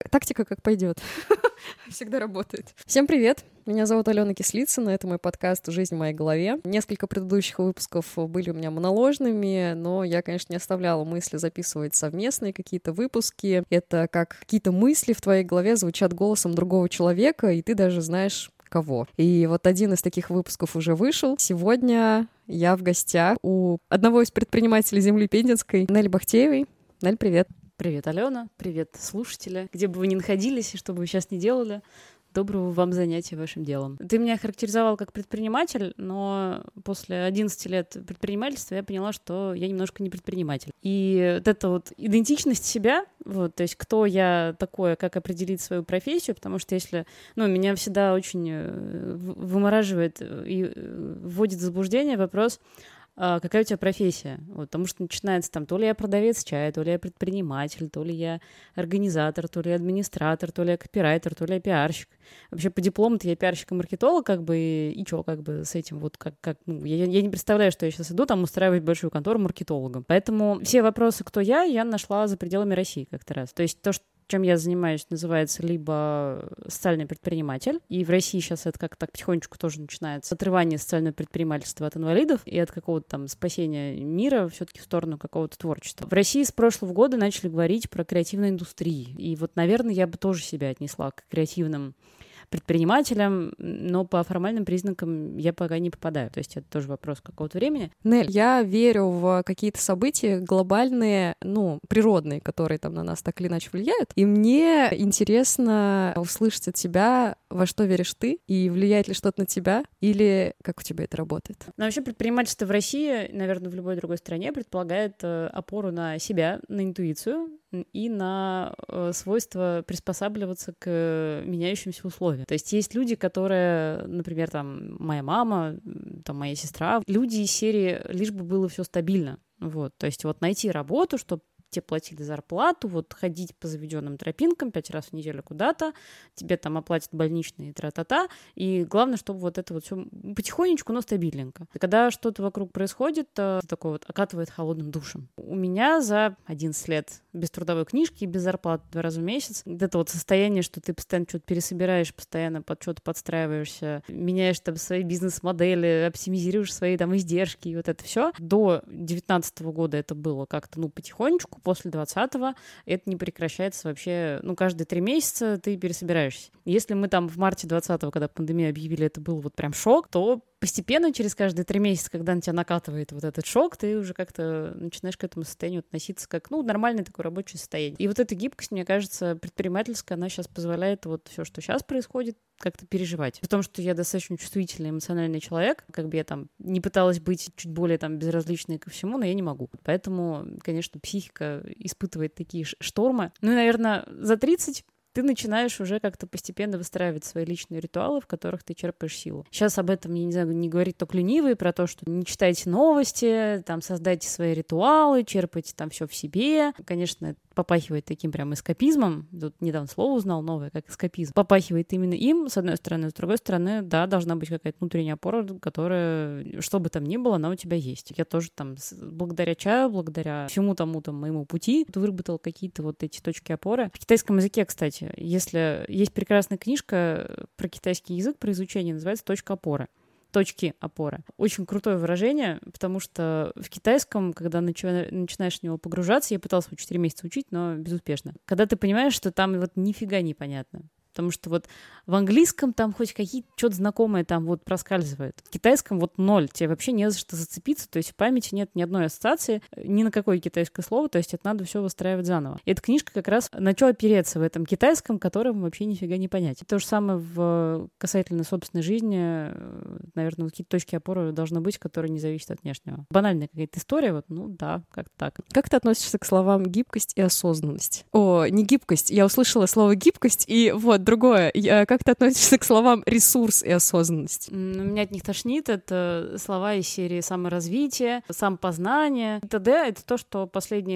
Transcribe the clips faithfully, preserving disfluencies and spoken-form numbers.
Тактика как пойдет. Всегда работает. Всем привет! Меня зовут Алена Кислицына, это мой подкаст «Жизнь в моей голове». Несколько предыдущих выпусков были у меня моноложными, но я, конечно, не оставляла мысли записывать совместные какие-то выпуски. Это как какие-то мысли в твоей голове звучат голосом другого человека, и ты даже знаешь, кого. И вот один из таких выпусков уже вышел. Сегодня я в гостях у одного из предпринимателей земли Пензенской, Нелли Бахтеевой. Нель, привет. Привет, Алена. Привет, слушатели. Где бы вы ни находились и что бы вы сейчас ни делали, доброго вам занятия вашим делом. Ты меня характеризовал как предприниматель, но после одиннадцати лет предпринимательства я поняла, что я немножко не предприниматель. И вот эта вот идентичность себя, вот, то есть кто я такое, как определить свою профессию, потому что если, ну, меня всегда очень вымораживает и вводит в заблуждение вопрос, какая у тебя профессия? Вот, потому что начинается там, то ли я продавец чая, то ли я предприниматель, то ли я организатор, то ли я администратор, то ли я копирайтер, то ли я пиарщик. Вообще по диплому-то я пиарщик и маркетолог, как бы, и, и что, как бы, с этим вот, как, как ну, я, я не представляю, что я сейчас иду там устраивать большую контору маркетологом. Поэтому все вопросы, кто я, я нашла за пределами России как-то раз. То есть то, что чем я занимаюсь, называется либо социальный предприниматель, и в России сейчас это как-то так потихонечку тоже начинается отрывание социального предпринимательства от инвалидов и от какого-то там спасения мира все-таки в сторону какого-то творчества. В России с прошлого года начали говорить про креативную индустрию, и вот, наверное, я бы тоже себя отнесла к креативным предпринимателям, но по формальным признакам я пока не попадаю. То есть это тоже вопрос какого-то времени. Нель, я верю в какие-то события глобальные, ну, природные, которые там на нас так или иначе влияют. И мне интересно услышать от тебя, во что веришь ты, и влияет ли что-то на тебя, или как у тебя это работает? Ну, вообще предпринимательство в России, наверное, в любой другой стране предполагает опору на себя, на интуицию и на свойство приспосабливаться к меняющимся условиям. То есть есть люди, которые, например, там, моя мама, там, моя сестра, люди из серии «лишь бы было все стабильно». Вот. То есть вот найти работу, чтобы тебе платили зарплату, вот ходить по заведенным тропинкам пять раз в неделю куда-то, тебе там оплатят больничные тра-та-та, и главное, чтобы вот это вот все потихонечку, но стабильненько. И когда что-то вокруг происходит, то такое вот окатывает холодным душем. У меня за одиннадцать лет без трудовой книжки и без зарплаты два раза в месяц, вот это вот состояние, что ты постоянно что-то пересобираешь, постоянно под что-то подстраиваешься, меняешь там свои бизнес-модели, оптимизируешь свои там издержки, и вот это все. До девятнадцатого года это было как-то, ну, потихонечку, после двадцатого это не прекращается вообще, ну, каждые три месяца ты пересобираешься. Если мы там в марте двадцатого, когда пандемию объявили, это был вот прям шок, то постепенно, через каждые три месяца, когда на тебя накатывает вот этот шок, ты уже как-то начинаешь к этому состоянию относиться как, ну, нормальное такое рабочее состояние. И вот эта гибкость, мне кажется, предпринимательская, она сейчас позволяет вот все, что сейчас происходит, как-то переживать. При том, что я достаточно чувствительный, эмоциональный человек, как бы я там не пыталась быть чуть более там безразличной ко всему, но я не могу. Поэтому, конечно, психика испытывает такие штормы. Ну и, наверное, за тридцать ты начинаешь уже как-то постепенно выстраивать свои личные ритуалы, в которых ты черпаешь силу. Сейчас об этом, я не знаю, не говорит только ленивый, про то, что не читайте новости, там, создайте свои ритуалы, черпайте там все в себе. Конечно, попахивает таким прям эскапизмом. Тут недавно слово узнал новое, как эскапизм. Попахивает именно им, с одной стороны. С другой стороны, да, должна быть какая-то внутренняя опора, которая, что бы там ни было, она у тебя есть. Я тоже там, благодаря чаю, благодаря всему тому там моему пути, выработал какие-то вот эти точки опоры. В китайском языке, кстати, если есть прекрасная книжка про китайский язык, про изучение, называется «Точка опоры». Точки опоры. Очень крутое выражение, потому что в китайском, когда начинаешь в него погружаться, я пыталась его четыре месяца учить, но безуспешно. Когда ты понимаешь, что там вот нифига непонятно. Потому что вот в английском там хоть какие-то что-то знакомые там вот проскальзывает. В китайском вот ноль. Тебе вообще не за что зацепиться. То есть в памяти нет ни одной ассоциации, ни на какое китайское слово. То есть это надо все выстраивать заново. И эта книжка как раз на что опереться в этом китайском, которым вообще нифига не понять. И то же самое в касательно собственной жизни. Наверное, какие-то точки опоры должны быть, которые не зависят от внешнего. Банальная какая-то история. Вот, ну да, как-то так. Как ты относишься к словам гибкость и осознанность? О, не гибкость. Я услышала слово гибкость, и вот другое. Я, как ты относишься к словам ресурс и осознанность? Меня от них тошнит. Это слова из серии саморазвитие, самопознание. т.д. Это то, что последние лет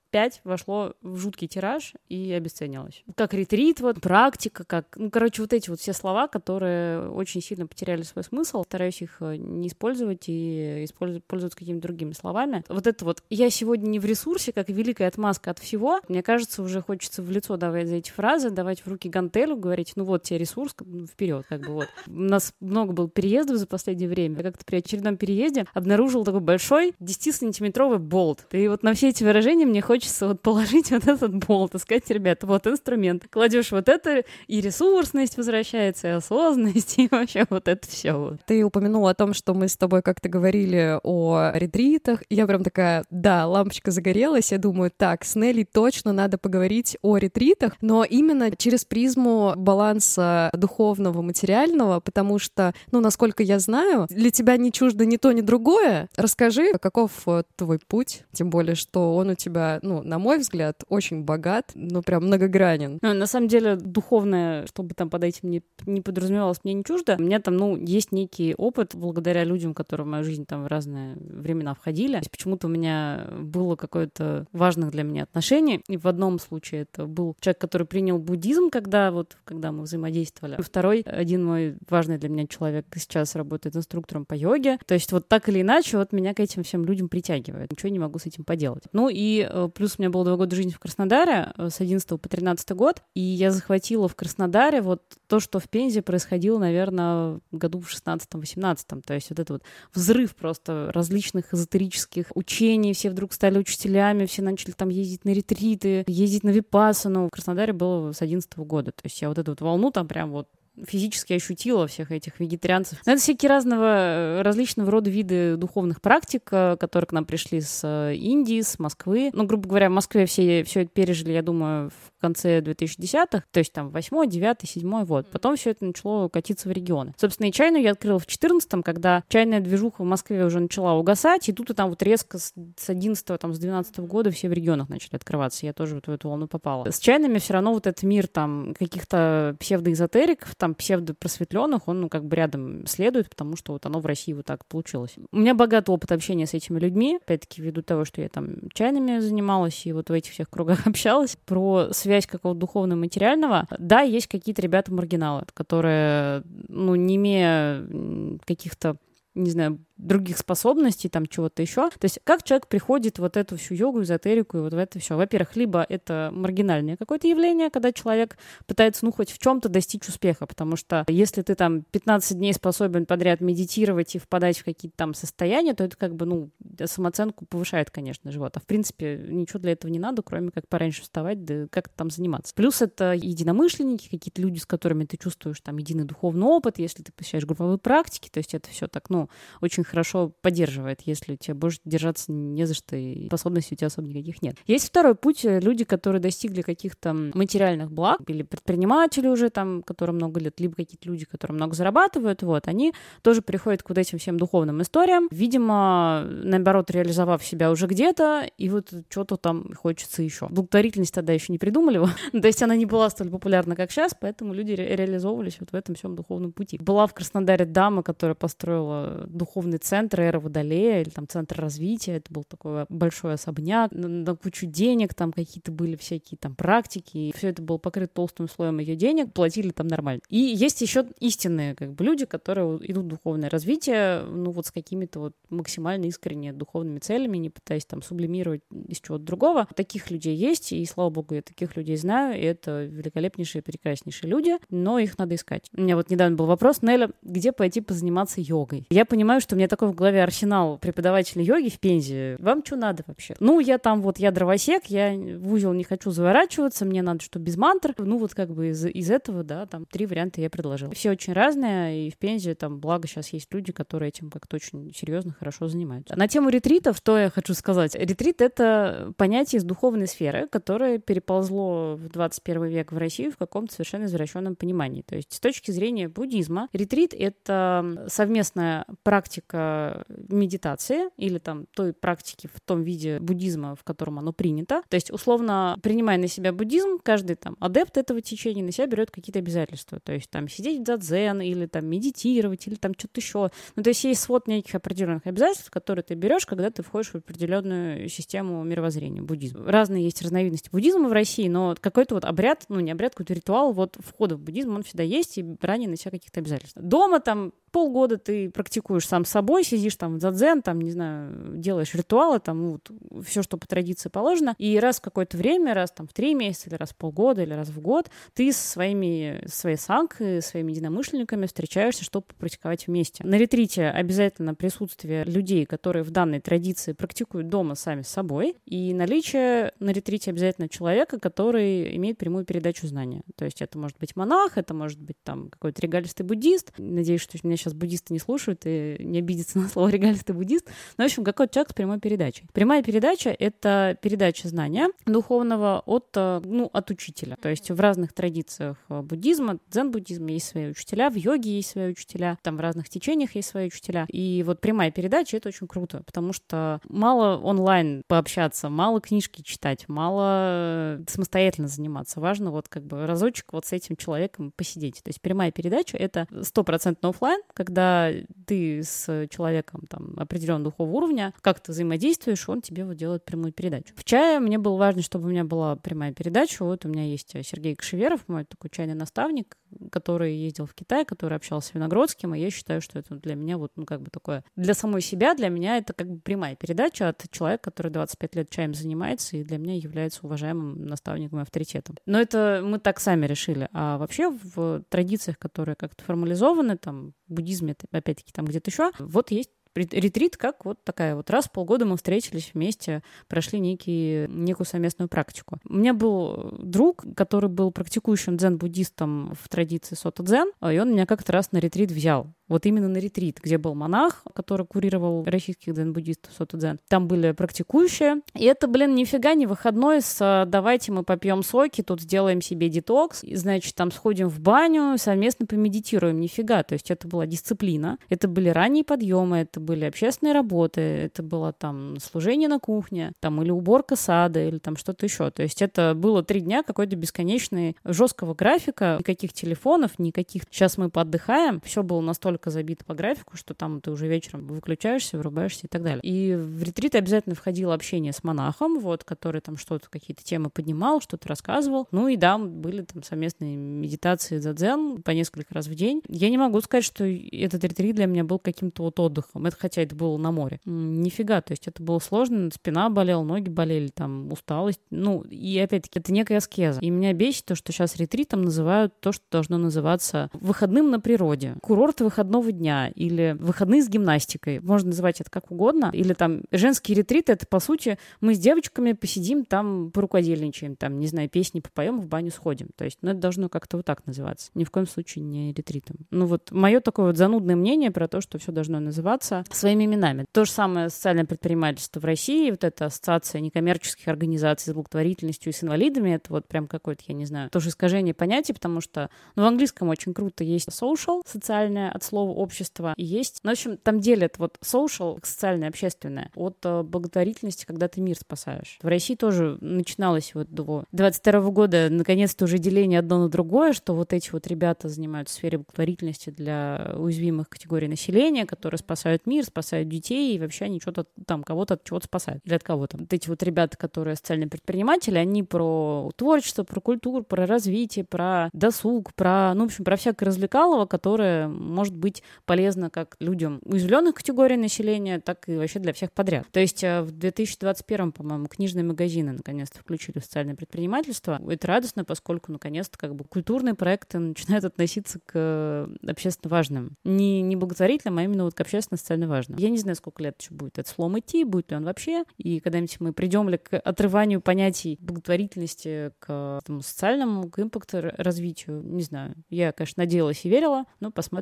пять вошло в жуткий тираж и обесценилось. Как ретрит, вот, практика, как... Ну, короче, вот эти вот все слова, которые очень сильно потеряли свой смысл. Стараюсь их не использовать и использовать, пользоваться какими-то другими словами. Вот это вот «я сегодня не в ресурсе», как великая отмазка от всего. Мне кажется, уже хочется в лицо давать за эти фразы, давать в руки гантелю, говорить, ну вот тебе ресурс, ну, вперед, как бы вот. У нас много было переездов за последнее время. Я как-то при очередном переезде обнаружила такой большой десятисантиметровый болт. И вот на все эти выражения мне хочется вот положить вот этот болт и сказать, ребята, вот инструмент. Кладешь вот это, и ресурсность возвращается, и осознанность, и вообще вот это все. Ты упомянула о том, что мы с тобой как-то говорили о ретритах. Я прям такая, да, лампочка загорелась. Я думаю, так, с Нелли точно надо поговорить о ретритах, но именно через призму баланса духовного, материального, потому что, ну, насколько я знаю, для тебя не чуждо ни то, ни другое. Расскажи, каков твой путь, тем более, что он у тебя, ну, на мой взгляд, очень богат, ну, прям многогранен. Ну, на самом деле, духовное, чтобы там под этим не, не подразумевалось, мне не чуждо. У меня там, ну, есть некий опыт благодаря людям, которые в мою жизнь там в разные времена входили. То есть почему-то у меня было какое-то важных для меня отношение, и в одном случае это был человек, который принял буддизм, когда вот, когда мы взаимодействовали. Второй, один мой важный для меня человек сейчас работает инструктором по йоге. То есть вот так или иначе вот меня к этим всем людям притягивает. Ничего не могу с этим поделать. Ну и плюс у меня было два года жизни в Краснодаре, с одиннадцатого по тринадцатый год, и я захватила в Краснодаре вот то, что в Пензе происходило, наверное, в году в шестнадцатом-восемнадцатом. То есть вот это вот взрыв просто различных эзотерических учений, все вдруг стали учителями, все начали там ездить на ретриты, ездить на випассану. В Краснодаре было с одиннадцатого года. То есть я вот эту вот волну там прям вот физически ощутила всех этих вегетарианцев. Но это всякие разного, различного рода виды духовных практик, которые к нам пришли с Индии, с Москвы. Ну, грубо говоря, в Москве все, все это пережили, я думаю, в конце двухтысячных, то есть там восьмой, девятый, седьмой, вот. Потом все это начало катиться в регионы. Собственно, и чайную я открыла в четырнадцатом, когда чайная движуха в Москве уже начала угасать, и тут и там вот резко с одиннадцатого, там, с двенадцатого года все в регионах начали открываться. Я тоже вот в эту волну попала. С чайными все равно вот этот мир там каких-то псевдоэзотериков, там псевдопросветленных, он, ну, как бы рядом следует, потому что вот оно в России вот так получилось. У меня богатый опыт общения с этими людьми, опять-таки, ввиду того, что я там чайными занималась и вот в этих всех кругах общалась, про связь какого-то духовного и материального. Да, есть какие-то ребята-маргиналы, которые, ну, не имея каких-то, не знаю, других способностей, там чего-то еще. То есть как человек приходит в вот эту всю йогу, эзотерику и вот в это все. Во-первых, либо это маргинальное какое-то явление, когда человек пытается, ну, хоть в чем-то достичь успеха, потому что если ты там пятнадцать дней способен подряд медитировать и впадать в какие-то там состояния, то это как бы, ну, самооценку повышает, конечно же, вот. А в принципе ничего для этого не надо, кроме как пораньше вставать, да как-то там заниматься. Плюс это единомышленники, какие-то люди, с которыми ты чувствуешь там единый духовный опыт, если ты посещаешь групповые практики, то есть это все так, ну, очень хорошо поддерживает, если тебе больше держаться не за что, и способностей у тебя особо никаких нет. Есть второй путь. Люди, которые достигли каких-то материальных благ, или предприниматели уже там, которым много лет, либо какие-то люди, которые много зарабатывают, вот, они тоже приходят к вот этим всем духовным историям, видимо, наоборот, реализовав себя уже где-то, и вот что-то там хочется еще. Благотворительность тогда еще не придумали, то есть она не была столь популярна, как сейчас, поэтому люди ре- реализовывались вот в этом всем духовном пути. Была в Краснодаре дама, которая построила духовный центр Эра Водолея, или там центр развития, это был такой большой особняк, на, на кучу денег, там какие-то были всякие там практики, и все это было покрыто толстым слоем ее денег, платили там нормально. И есть еще истинные как бы люди, которые идут в духовное развитие, ну вот с какими-то вот максимально искренне духовными целями, не пытаясь там сублимировать из чего-то другого. Таких людей есть, и слава богу, я таких людей знаю, и это великолепнейшие, прекраснейшие люди, но их надо искать. У меня вот недавно был вопрос: Неля, где пойти позаниматься йогой? Я понимаю, что у меня такой в голове арсенал преподавателей йоги в Пензе. Вам что надо вообще? Ну, я там вот, я дровосек, я в узел не хочу заворачиваться, мне надо, что без мантр. Ну, вот как бы из, из этого, да, там три варианта я предложила. Все очень разные, и в Пензе там, благо, сейчас есть люди, которые этим как-то очень серьезно, хорошо занимаются. На тему ретритов, что я хочу сказать? Ретрит — это понятие из духовной сферы, которое переползло в двадцать первый век в Россию в каком-то совершенно извращенном понимании. То есть с точки зрения буддизма, ретрит — это совместная практика практика медитации или там той практики в том виде буддизма, в котором оно принято. То есть, условно, принимая на себя буддизм, каждый там адепт этого течения на себя берет какие-то обязательства. То есть там сидеть в дзадзен или там медитировать или там что-то еще. Ну, то есть есть свод неких определенных обязательств, которые ты берешь, когда ты входишь в определенную систему мировоззрения, буддизм. Разные есть разновидности буддизма в России, но какой-то вот обряд, ну не обряд, какой-то ритуал вот входа в буддизм, он всегда есть, и ранее на себя каких-то обязательств. Дома там полгода ты практикуешь сам с собой, сидишь там в дзадзен, там, не знаю, делаешь ритуалы, там, ну, вот, все, что по традиции положено, и раз в какое-то время, раз там в три месяца, или раз в полгода, или раз в год, ты со своими, своей сангхой, своими единомышленниками встречаешься, чтобы попрактиковать вместе. На ретрите обязательно присутствие людей, которые в данной традиции практикуют дома сами с собой, и наличие на ретрите обязательно человека, который имеет прямую передачу знания. То есть это может быть монах, это может быть там какой-то регалистый буддист. Надеюсь, что меня сейчас буддисты не слушают и не обидятся на слово регалистый буддист. Но, в общем, какой-то человек с прямой передачей. Прямая передача — это передача знания духовного от, ну, от учителя. То есть в разных традициях буддизма, дзен-буддизма есть свои учителя, в йоге есть свои учителя, там в разных течениях есть свои учителя. И вот прямая передача — это очень круто, потому что мало онлайн пообщаться, мало книжки читать, мало самостоятельно заниматься. Важно вот как бы разочек вот с этим человеком посидеть. То есть прямая передача — это стопроцентно офлайн, когда ты с человеком там определенного духовного уровня как-то взаимодействуешь, он тебе вот делает прямую передачу. В чае мне было важно, чтобы у меня была прямая передача. Вот у меня есть Сергей Кашеверов, мой такой чайный наставник, который ездил в Китай, который общался с Виногродским, и я считаю, что это для меня вот, ну, как бы такое, для самой себя, для меня это как бы прямая передача от человека, который двадцать пять лет чаем занимается, и для меня является уважаемым наставником и авторитетом. Но это мы так сами решили. А вообще в традициях, которые как-то формализованы, там, в буддизме, опять-таки, там где-то еще, вот есть ретрит, как вот такая вот. Раз в полгода мы встретились вместе, прошли некий, некую совместную практику. У меня был друг, который был практикующим дзен-буддистом в традиции сото-дзен, и он меня как-то раз на ретрит взял. Вот именно на ретрит, где был монах, который курировал российских дзен-буддистов сото-дзен. Там были практикующие. И это, блин, нифига не выходной с «давайте мы попьем соки, тут сделаем себе детокс, и, значит, там сходим в баню, совместно помедитируем». Нифига. То есть это была дисциплина. Это были ранние подъемы, это были общественные работы, это было там служение на кухне, там или уборка сада, или там что-то еще. То есть это было три дня какой-то бесконечной жесткого графика, никаких телефонов, никаких «сейчас мы поотдыхаем». Все было настолько забито по графику, что там ты уже вечером выключаешься, вырубаешься и так далее. И в ретрит обязательно входило общение с монахом, вот, который там что-то, какие-то темы поднимал, что-то рассказывал. Ну и да, были там совместные медитации дзен по несколько раз в день. Я не могу сказать, что этот ретрит для меня был каким-то вот отдыхом. Это хотя это было на море. Нифига, то есть это было сложно, спина болела, ноги болели, там, усталость. Ну, и опять-таки, это некая аскеза. И меня бесит то, что сейчас ретритом называют то, что должно называться выходным на природе. Курорт выходного дня или выходные с гимнастикой. Можно называть это как угодно. Или там женский ретрит — это, по сути, мы с девочками посидим, там порукодельничаем, там, не знаю, песни попоем, в баню сходим. То есть, ну, это должно как-то вот так называться. Ни в коем случае не ретритом. Ну, вот мое такое вот занудное мнение про то, что все должно называться своими именами. То же самое социальное предпринимательство в России, вот эта ассоциация некоммерческих организаций с благотворительностью и с инвалидами, это вот прям какое-то, я не знаю, тоже искажение понятий, потому что, ну, в английском очень круто есть social, социальное от слова общество, и есть, ну, в общем, там делят вот social, социальное, общественное, от э, благотворительности, когда ты мир спасаешь. В России тоже начиналось вот до двадцать второго года наконец-то уже деление одно на другое, что вот эти вот ребята занимаются в сфере благотворительности для уязвимых категорий населения, которые спасают мир, спасают детей, и вообще они что-то там кого-то от чего-то спасают. Или от кого-то. Вот эти вот ребята, которые социальные предприниматели, они про творчество, про культуру, про развитие, про досуг, про, ну, в общем, про всякое развлекалово, которое может быть полезно как людям уязвленных категорий населения, так и вообще для всех подряд. То есть в две тысячи двадцать первом, по-моему, книжные магазины наконец-то включили в социальное предпринимательство. Это радостно, поскольку наконец-то как бы культурные проекты начинают относиться к общественно важным. Не, не благотворительным, а именно вот к общественно-социально важным. Я не знаю, сколько лет еще будет этот слом идти, будет ли он вообще. И когда-нибудь мы придем ли к отрыванию понятий благотворительности к этому социальному, к импакт-развитию, не знаю. Я, конечно, надеялась и верила, но посмотрим, как все будет.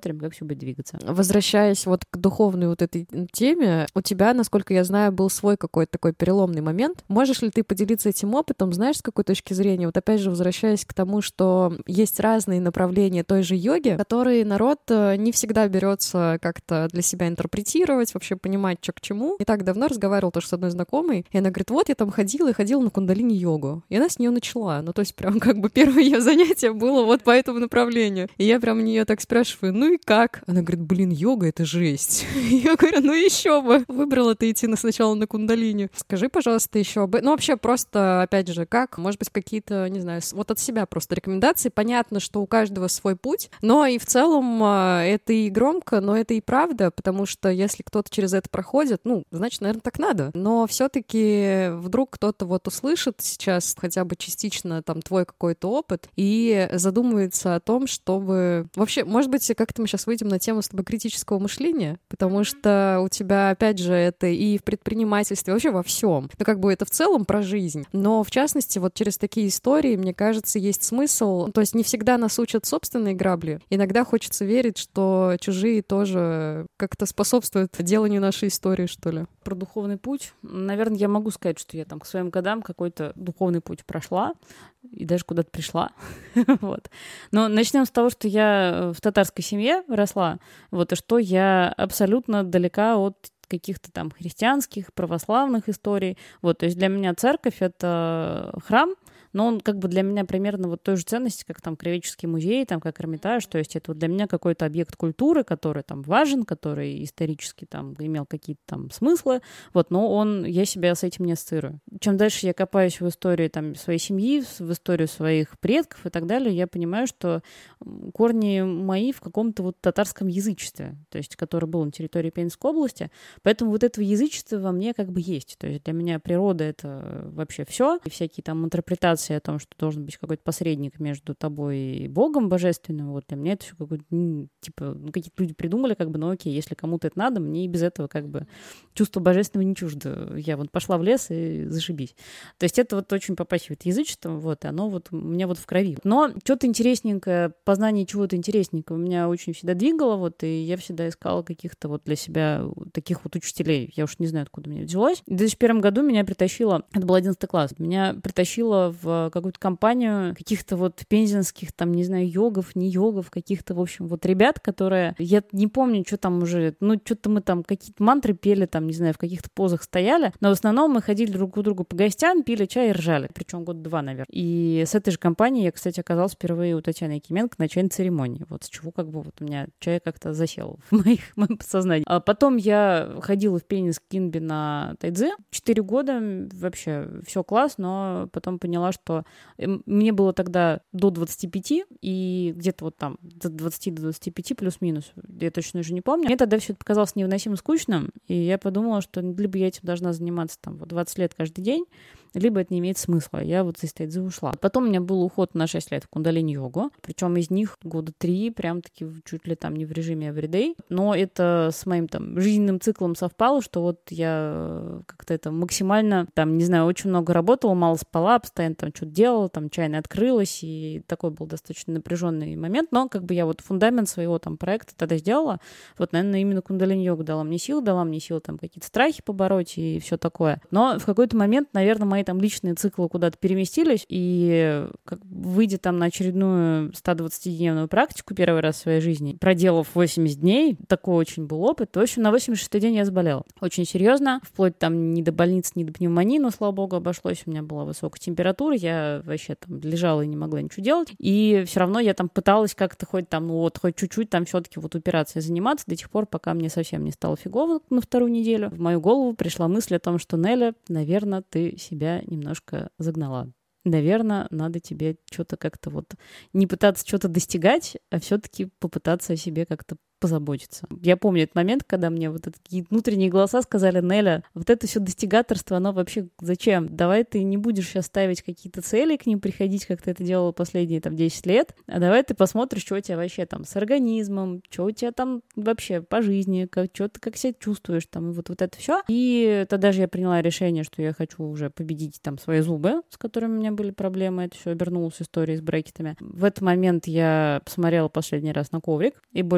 быть, двигаться. Возвращаясь вот к духовной вот этой теме, у тебя, насколько я знаю, был свой какой-то такой переломный момент. Можешь ли ты поделиться этим опытом, знаешь, с какой точки зрения? Вот опять же, возвращаясь к тому, что есть разные направления той же йоги, которые народ не всегда берется как-то для себя интерпретировать, вообще понимать, что к чему. Не так давно разговаривала тоже с одной знакомой, и она говорит, вот я там ходила и ходила на кундалини-йогу. И она с нее начала. Ну, то есть прям как бы первое ее занятие было вот по этому направлению. И я прям у нее так спрашиваю, ну и как? Она говорит, блин, йога — это жесть. Я говорю, ну еще бы. Выбрала ты идти сначала на кундалини. Скажи, пожалуйста, еще об... Ну, вообще просто, опять же, как? Может быть, какие-то, не знаю, вот от себя просто рекомендации. Понятно, что у каждого свой путь, но и в целом это и громко, но это и правда, потому что если кто-то через это проходит, ну, значит, наверное, так надо. Но все-таки вдруг кто-то вот услышит сейчас хотя бы частично там твой какой-то опыт и задумывается о том, чтобы... Вообще, может быть, как-то мы сейчас выйдем на тему с тобой критического мышления, потому что у тебя, опять же, это и в предпринимательстве, вообще во всем. Ну, как бы это в целом про жизнь. Но, в частности, вот через такие истории, мне кажется, есть смысл... То есть не всегда нас учат собственные грабли. Иногда хочется верить, что чужие тоже как-то способствуют деланию нашей истории, что ли. Про духовный путь. Наверное, я могу сказать, что я там к своим годам какой-то духовный путь прошла и даже куда-то пришла. Вот. Но начнем с того, что я в татарской семье росла, вот, и что я абсолютно далека от каких-то там христианских, православных историй. Вот, то есть для меня церковь — это храм, но он как бы для меня примерно вот той же ценности, как там Краеведческий музей, там как Эрмитаж, то есть это вот для меня какой-то объект культуры, который там важен, который исторически там имел какие-то там смыслы, вот, но он, я себя с этим не ассоциирую. Чем дальше я копаюсь в истории там своей семьи, в историю своих предков и так далее, я понимаю, что корни мои в каком-то вот татарском язычестве, то есть который был на территории Пензенской области, поэтому вот этого язычества во мне как бы есть, то есть для меня природа — это вообще все, и всякие там интерпретации о том, что должен быть какой-то посредник между тобой и Богом божественным, вот для меня это все какой-то, ну, типа, ну, какие-то люди придумали, как бы, ну окей, если кому-то это надо, мне и без этого как бы чувство божественного не чуждо. Я вот пошла в лес и зашибись. То есть это вот очень попахивает язычеством, вот, и оно вот у меня вот в крови. Но что-то интересненькое, познание чего-то интересненького меня очень всегда двигало, вот, и я всегда искала каких-то вот для себя таких вот учителей. Я уж не знаю, откуда меня взялось. В две тысячи первом году меня притащило, это был одиннадцатый класс, меня притащило в какую-то компанию каких-то вот пензенских, там, не знаю, йогов, не йогов, каких-то, в общем, вот ребят, которые... Я не помню, что там уже... Ну, что-то мы там какие-то мантры пели, там, не знаю, в каких-то позах стояли, но в основном мы ходили друг к другу по гостям, пили чай и ржали. Причем год два, наверное. И с этой же компанией я, кстати, оказалась впервые у Татьяны Якименко на чайной церемонии. Вот с чего как бы вот у меня чай как-то засел в, моих, в моем подсознании. А потом я ходила в Пензенск Кинби на тайцзи. Четыре года вообще все класс, но потом поняла, что мне было тогда до двадцати пяти, и где-то вот там до двадцати до двадцати пяти плюс-минус, я точно уже не помню. Мне тогда все это показалось невыносимо скучным, и я подумала, что либо я этим должна заниматься там вот двадцать лет каждый день, либо это не имеет смысла. Я вот из тайцзи ушла. Потом у меня был уход на шесть лет в кундалини-йогу, причем из них года три прям-таки чуть ли там не в режиме everyday. Но это с моим там жизненным циклом совпало, что вот я как-то это максимально, там, не знаю, очень много работала, мало спала, постоянно там что-то делала, там чайная открылась, и такой был достаточно напряженный момент, но как бы я вот фундамент своего там проекта тогда сделала. Вот, наверное, именно кундалини-йога дала мне силы, дала мне силы там какие-то страхи побороть и все такое. Но в какой-то момент, наверное, мои там личные циклы куда-то переместились, и как, выйдя там на очередную сто двадцатидневную практику первый раз в своей жизни, проделав восемьдесят дней, такой очень был опыт. В общем, на восемьдесят шестой день я заболела. Очень серьезно, вплоть там ни до больницы, ни до пневмонии, но, слава богу, обошлось. У меня была высокая температура, я вообще там лежала и не могла ничего делать. И все равно я там пыталась как-то хоть там, ну вот, хоть чуть-чуть там все-таки вот упираться и заниматься до тех пор, пока мне совсем не стало фигово на вторую неделю. В мою голову пришла мысль о том, что, Неля, наверное, ты себя немножко загнала. Наверное, надо тебе что-то как-то вот не пытаться что-то достигать, а все-таки попытаться о себе как-то позаботиться. Я помню этот момент, когда мне вот такие внутренние голоса сказали: Неля, вот это все достигаторство, оно вообще зачем? Давай ты не будешь сейчас ставить какие-то цели, к ним приходить, как ты это делала последние там десять лет, а давай ты посмотришь, что у тебя вообще там с организмом, что у тебя там вообще по жизни, как, что ты как себя чувствуешь, там, и вот, вот это все. И тогда же я приняла решение, что я хочу уже победить там свои зубы, с которыми у меня были проблемы, это все обернулось историей с брекетами. В этот момент я посмотрела последний раз на коврик и больше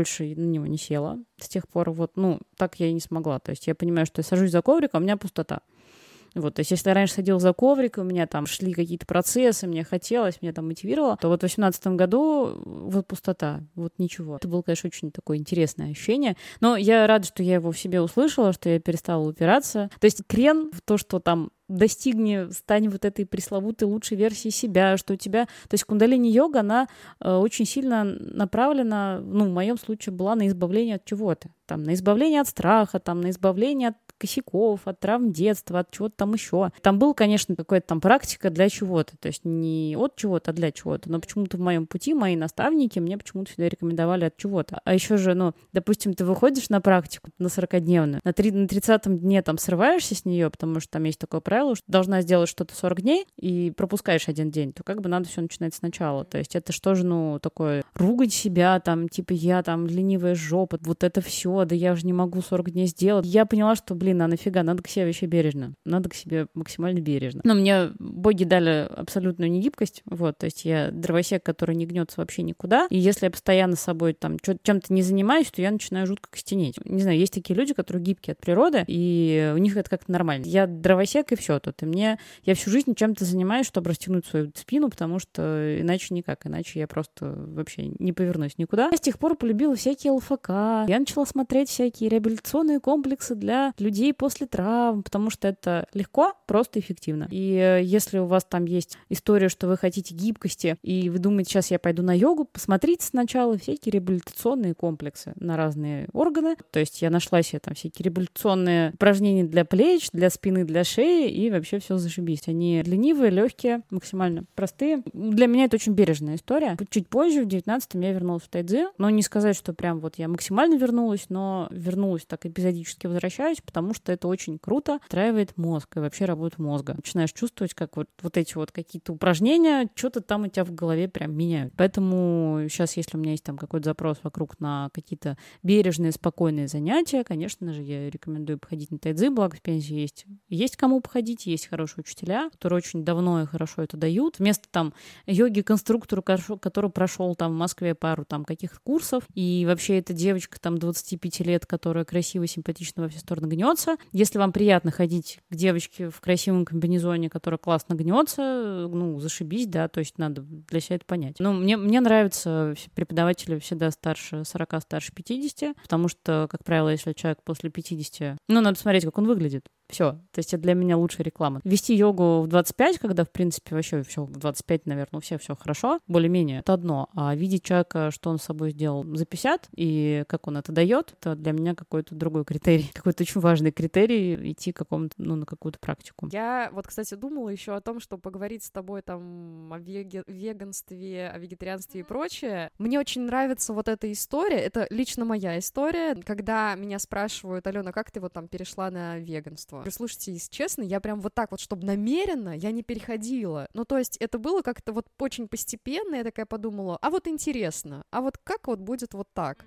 него не села. С тех пор вот, ну, так я и не смогла. То есть я понимаю, что я сажусь за коврик, а у меня пустота. Вот, то есть если я раньше садила за коврик, у меня там шли какие-то процессы, мне хотелось, меня там мотивировало, то вот в восемнадцатом году вот пустота, вот ничего. Это было, конечно, очень такое интересное ощущение. Но я рада, что я его в себе услышала, что я перестала упираться. То есть крен в то, что там достигни, стань вот этой пресловутой лучшей версией себя, что у тебя... То есть кундалини-йога, она э, очень сильно направлена, ну, в моем случае, была на избавление от чего-то. Там, на избавление от страха, там, на избавление от косяков, от травм детства, от чего-то там еще. Там был, конечно, какая-то там практика для чего-то, то есть не от чего-то, а для чего-то, но почему-то в моем пути мои наставники мне почему-то всегда рекомендовали от чего-то. А еще же, ну, допустим, ты выходишь на практику, на сорокадневную, на, три, на тридцатом дне там срываешься с нее, потому что там есть такое правило, что должна сделать что-то сорок дней, и пропускаешь один день, то как бы надо все начинать сначала. То есть это что же, ну, такое, ругать себя, там, типа, я там ленивая жопа, вот это все, да я же не могу сорок дней сделать. Я поняла, что, блин, а нафига, надо к себе вообще бережно, надо к себе максимально бережно. Но мне боги дали абсолютную негибкость, вот, то есть я дровосек, который не гнется вообще никуда, и если я постоянно с собой там чем-то не занимаюсь, то я начинаю жутко костенеть. Не знаю, есть такие люди, которые гибкие от природы, и у них это как-то нормально. Я дровосек, и все тут, и мне, я всю жизнь чем-то занимаюсь, чтобы растянуть свою спину, потому что иначе никак, иначе я просто вообще не повернусь никуда. Я с тех пор полюбила всякие ЛФК, я начала смотреть всякие реабилитационные комплексы для людей после травм, потому что это легко, просто эффективно. И если у вас там есть история, что вы хотите гибкости, и вы думаете, сейчас я пойду на йогу, посмотрите сначала всякие реабилитационные комплексы на разные органы. То есть я нашла себе там всякие реабилитационные упражнения для плеч, для спины, для шеи, и вообще все зашибись. Они ленивые, легкие, максимально простые. Для меня это очень бережная история. Чуть позже, в девятнадцатом, я вернулась в тайцзи. Но не сказать, что прям вот я максимально вернулась, но вернулась так эпизодически, возвращаюсь, потому что это очень круто встраивает мозг и вообще работу мозга. Начинаешь чувствовать, как вот, вот эти вот какие-то упражнения, что-то там у тебя в голове прям меняют. Поэтому сейчас, если у меня есть там какой-то запрос вокруг на какие-то бережные, спокойные занятия, конечно же, я рекомендую походить на тайцзи, благо в Пензе есть, есть кому походить, есть хорошие учителя, которые очень давно и хорошо это дают. Вместо там йоги-конструктору, который прошел там в Москве пару там каких-то курсов, и вообще эта девочка там двадцати пяти лет, которая красиво, симпатично во все стороны гнется. Если вам приятно ходить к девочке в красивом комбинезоне, которая классно гнется, ну, зашибись, да, то есть надо для себя это понять. Но мне, мне нравятся преподаватели всегда старше сорока, старше пятидесяти, потому что, как правило, если человек после пятидесяти, ну, надо смотреть, как он выглядит. Все. То есть это для меня лучшая реклама. Вести йогу в двадцать пять, когда, в принципе, вообще все в двадцать пять, наверное, у всех все хорошо, более-менее, это одно. А видеть человека, что он с собой сделал за пятьдесят, и как он это дает, это для меня какой-то другой критерий. Какой-то очень важный критерий идти к какому-то, ну, на какую-то практику. Я вот, кстати, думала еще о том, что поговорить с тобой там о веге- веганстве, о вегетарианстве и прочее. Мне очень нравится вот эта история. Это лично моя история, когда меня спрашивают: Алена, как ты вот там перешла на веганство? Слушайте, если честно, я прям вот так вот, чтобы намеренно, я не переходила. Ну, то есть это было как-то вот очень постепенно, я такая подумала, а вот интересно, а вот как вот будет вот так?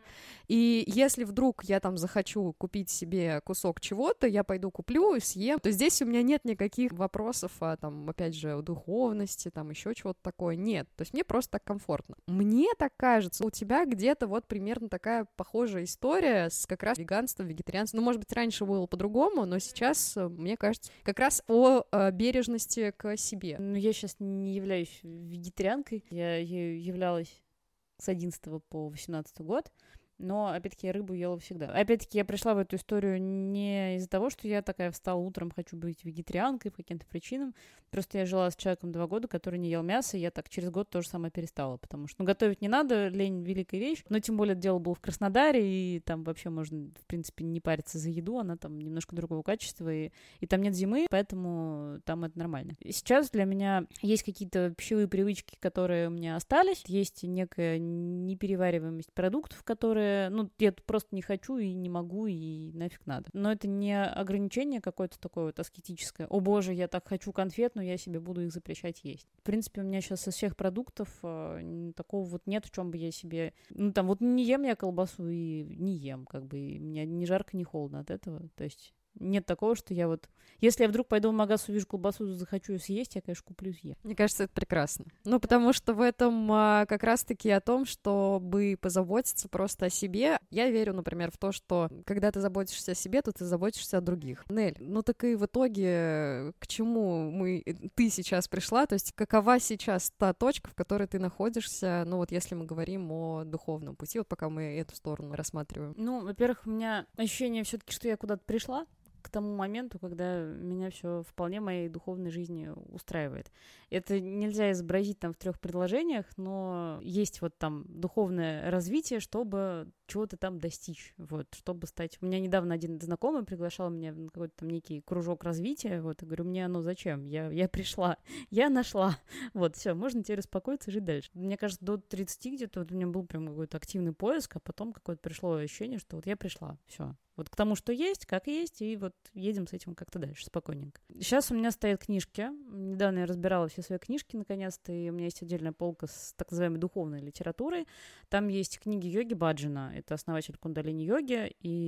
И если вдруг я там захочу купить себе кусок чего-то, я пойду куплю и съем, то здесь у меня нет никаких вопросов о, там, опять же, о духовности, там, еще чего-то такое. Нет, то есть мне просто так комфортно. Мне так кажется, у тебя где-то вот примерно такая похожая история с как раз веганством, вегетарианством. Ну, может быть, раньше было по-другому, но сейчас, мне кажется, как раз о э, бережности к себе. Ну, я сейчас не являюсь вегетарианкой. Я ею являлась с одиннадцатого по восемнадцатый год. Но, опять-таки, я рыбу ела всегда. Опять-таки, я пришла в эту историю не из-за того, что я такая встала утром, хочу быть вегетарианкой по каким-то причинам. Просто я жила с человеком два года, который не ел мясо, и я так через год тоже самое перестала. Потому что, ну, готовить не надо, лень — великая вещь. Но, тем более, дело было в Краснодаре, и там вообще можно, в принципе, не париться за еду. Она там немножко другого качества, и, и там нет зимы, поэтому там это нормально. И сейчас для меня есть какие-то пищевые привычки, которые у меня остались. Есть некая неперевариваемость продуктов, которые ну, я просто не хочу и не могу, и нафиг надо. Но это не ограничение какое-то такое вот аскетическое. О боже, я так хочу конфет, но я себе буду их запрещать есть. В принципе, у меня сейчас из всех продуктов э, такого вот нет, в чем бы я себе... Ну, там вот не ем я колбасу и не ем, как бы. И мне ни жарко, ни холодно от этого. То есть Нет такого, что я вот... Если я вдруг пойду в магаз, увижу колбасу, захочу ее съесть, я, конечно, куплю и съем. Мне кажется, это прекрасно. Ну, потому что в этом а, как раз-таки о том, чтобы позаботиться просто о себе. Я верю, например, в то, что когда ты заботишься о себе, то ты заботишься о других. Нель, ну так и в итоге к чему мы, ты сейчас пришла? То есть какова сейчас та точка, в которой ты находишься, ну вот если мы говорим о духовном пути, вот пока мы эту сторону рассматриваем? Ну, во-первых, у меня ощущение все-таки, что я куда-то пришла к тому моменту, когда меня все вполне моей духовной жизни устраивает. Это нельзя изобразить там в трех предложениях, но есть вот там духовное развитие, чтобы чего-то там достичь, вот, чтобы стать... У меня недавно один знакомый приглашал меня в какой-то там некий кружок развития, вот, и говорю, мне оно зачем? Я, я пришла, я нашла, вот, все, можно теперь успокоиться и жить дальше. Мне кажется, до тридцати где-то вот у меня был прям какой-то активный поиск, а потом какое-то пришло ощущение, что вот я пришла, все. Вот к тому, что есть, как есть, и вот едем с этим как-то дальше, спокойненько. Сейчас у меня стоят книжки. Недавно я разбирала все свои книжки, наконец-то, и у меня есть отдельная полка с так называемой духовной литературой. Там есть книги Йоги Баджана, это основатель кундалини-йоги,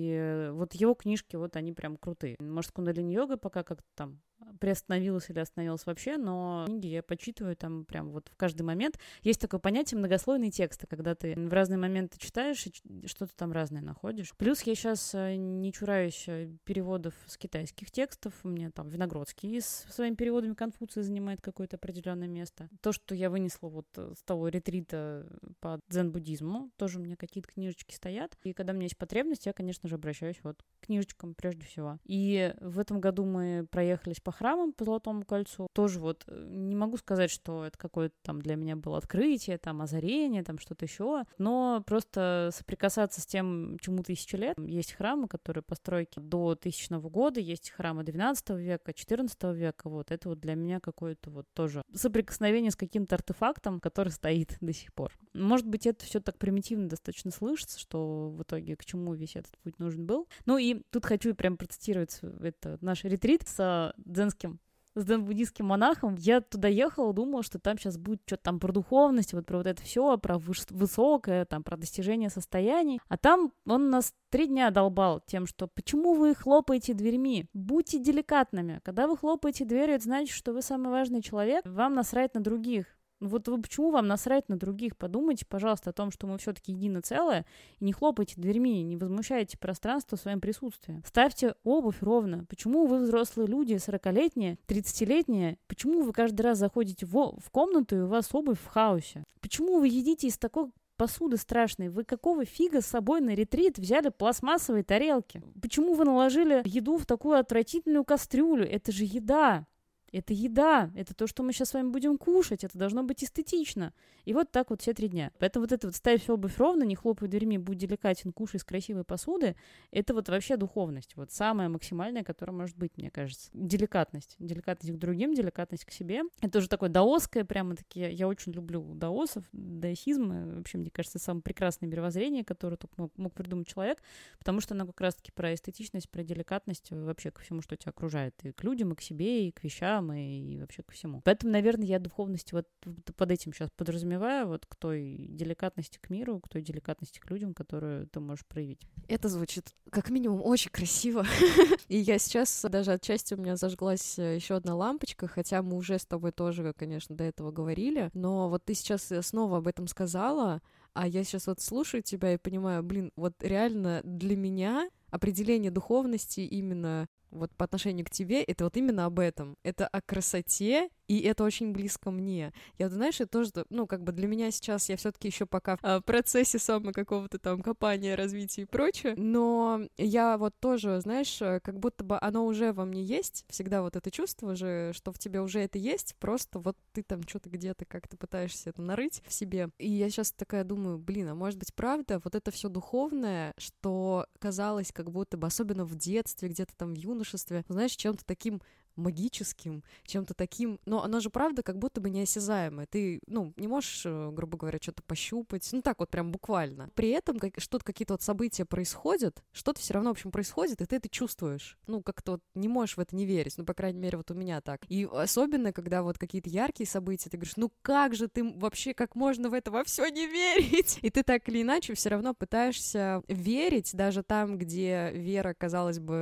и вот его книжки, вот они прям крутые. Может, кундалини-йога пока как-то там приостановилась или остановилась вообще, но книги я почитываю там прям вот в каждый момент. Есть такое понятие многослойные тексты, когда ты в разные моменты читаешь и что-то там разное находишь. Плюс я сейчас не чураюсь переводов с китайских текстов. У меня там Виногродский с своими переводами Конфуция занимает какое-то определенное место. То, что я вынесла вот с того ретрита по дзен-буддизму, тоже у меня какие-то книжечки стоят. И когда у меня есть потребность, я, конечно же, обращаюсь вот к книжечкам прежде всего. И в этом году мы проехались по храмам, по Золотому кольцу. Тоже вот не могу сказать, что это какое-то там для меня было открытие, там озарение, там что-то еще, но просто соприкасаться с тем, чему тысячи лет. Есть храмы, которые постройки до тысячного года, есть храмы двенадцатого века, четырнадцатого века, вот это вот для меня какое-то вот тоже соприкосновение с каким-то артефактом, который стоит до сих пор. Может быть, это все так примитивно достаточно слышится, что в итоге к чему весь этот путь нужен был. Ну и тут хочу прям процитировать это наш ретрит с дзенским с дзен-буддийским монахом. Я туда ехала, думала, что там сейчас будет что-то там про духовность, вот про вот это все, про выш- высокое, там, про достижение состояний. А там он нас три дня долбал тем, что почему вы хлопаете дверьми? Будьте деликатными. Когда вы хлопаете дверью, это значит, что вы самый важный человек, вам насрать на других. Вот вы, почему вам насрать на других? Подумайте, пожалуйста, о том, что мы все-таки едино целое, и не хлопайте дверьми, не возмущайте пространство своим присутствием. Ставьте обувь ровно. Почему вы, взрослые люди, сорокалетние, тридцатилетние, почему вы каждый раз заходите в, в комнату, и у вас обувь в хаосе? Почему вы едите из такой посуды страшной? Вы какого фига с собой на ретрит взяли пластмассовые тарелки? Почему вы наложили еду в такую отвратительную кастрюлю? Это же еда. Это еда, это то, что мы сейчас с вами будем кушать, это должно быть эстетично. И вот так вот все три дня. Поэтому вот это вот ставь обувь ровно, не хлопай дверьми, будь деликатен, кушай из красивой посуды, это вот вообще духовность, вот самая максимальная, которая может быть, мне кажется. Деликатность. Деликатность к другим, деликатность к себе. Это тоже такое даосское, прямо-таки, я очень люблю даосов, даосизм, вообще, мне кажется, самое прекрасное мировоззрение, которое только мог, мог придумать человек, потому что оно как раз-таки про эстетичность, про деликатность вообще ко всему, что тебя окружает, и к людям, и к себе, и к вещам, и вообще ко всему. Поэтому, наверное, я духовность вот под этим сейчас подразумеваю, вот к той деликатности к миру, к той деликатности к людям, которую ты можешь проявить. Это звучит как минимум очень красиво. И я сейчас даже отчасти у меня зажглась еще одна лампочка, хотя мы уже с тобой тоже, конечно, до этого говорили, но вот ты сейчас снова об этом сказала, а я сейчас вот слушаю тебя и понимаю, блин, вот реально для меня определение духовности именно вот по отношению к тебе, это вот именно об этом. Это о красоте, и это очень близко мне. Я, вот, знаешь, это тоже, ну, как бы для меня сейчас, я все-таки еще пока в процессе самого какого-то там копания, развития и прочее, но я вот тоже, знаешь, как будто бы оно уже во мне есть, всегда вот это чувство же, что в тебе уже это есть, просто вот ты там что-то где-то как-то пытаешься это нарыть в себе. И я сейчас такая думаю, блин, а может быть правда, вот это все духовное, что казалось как будто бы, особенно в детстве, где-то там в юношестве, знаешь, чем-то таким магическим, чем-то таким, но оно же правда как будто бы неосязаемое. Ты, ну, не можешь, грубо говоря, что-то пощупать, ну так вот прям буквально. При этом как, что-то, какие-то вот события происходят, что-то все равно, в общем, происходит, и ты это чувствуешь. Ну, как-то вот не можешь в это не верить, ну, по крайней мере, вот у меня так. И особенно, когда вот какие-то яркие события, ты говоришь, ну как же ты вообще, как можно в это во все не верить? И ты так или иначе все равно пытаешься верить, даже там, где вера, казалось бы,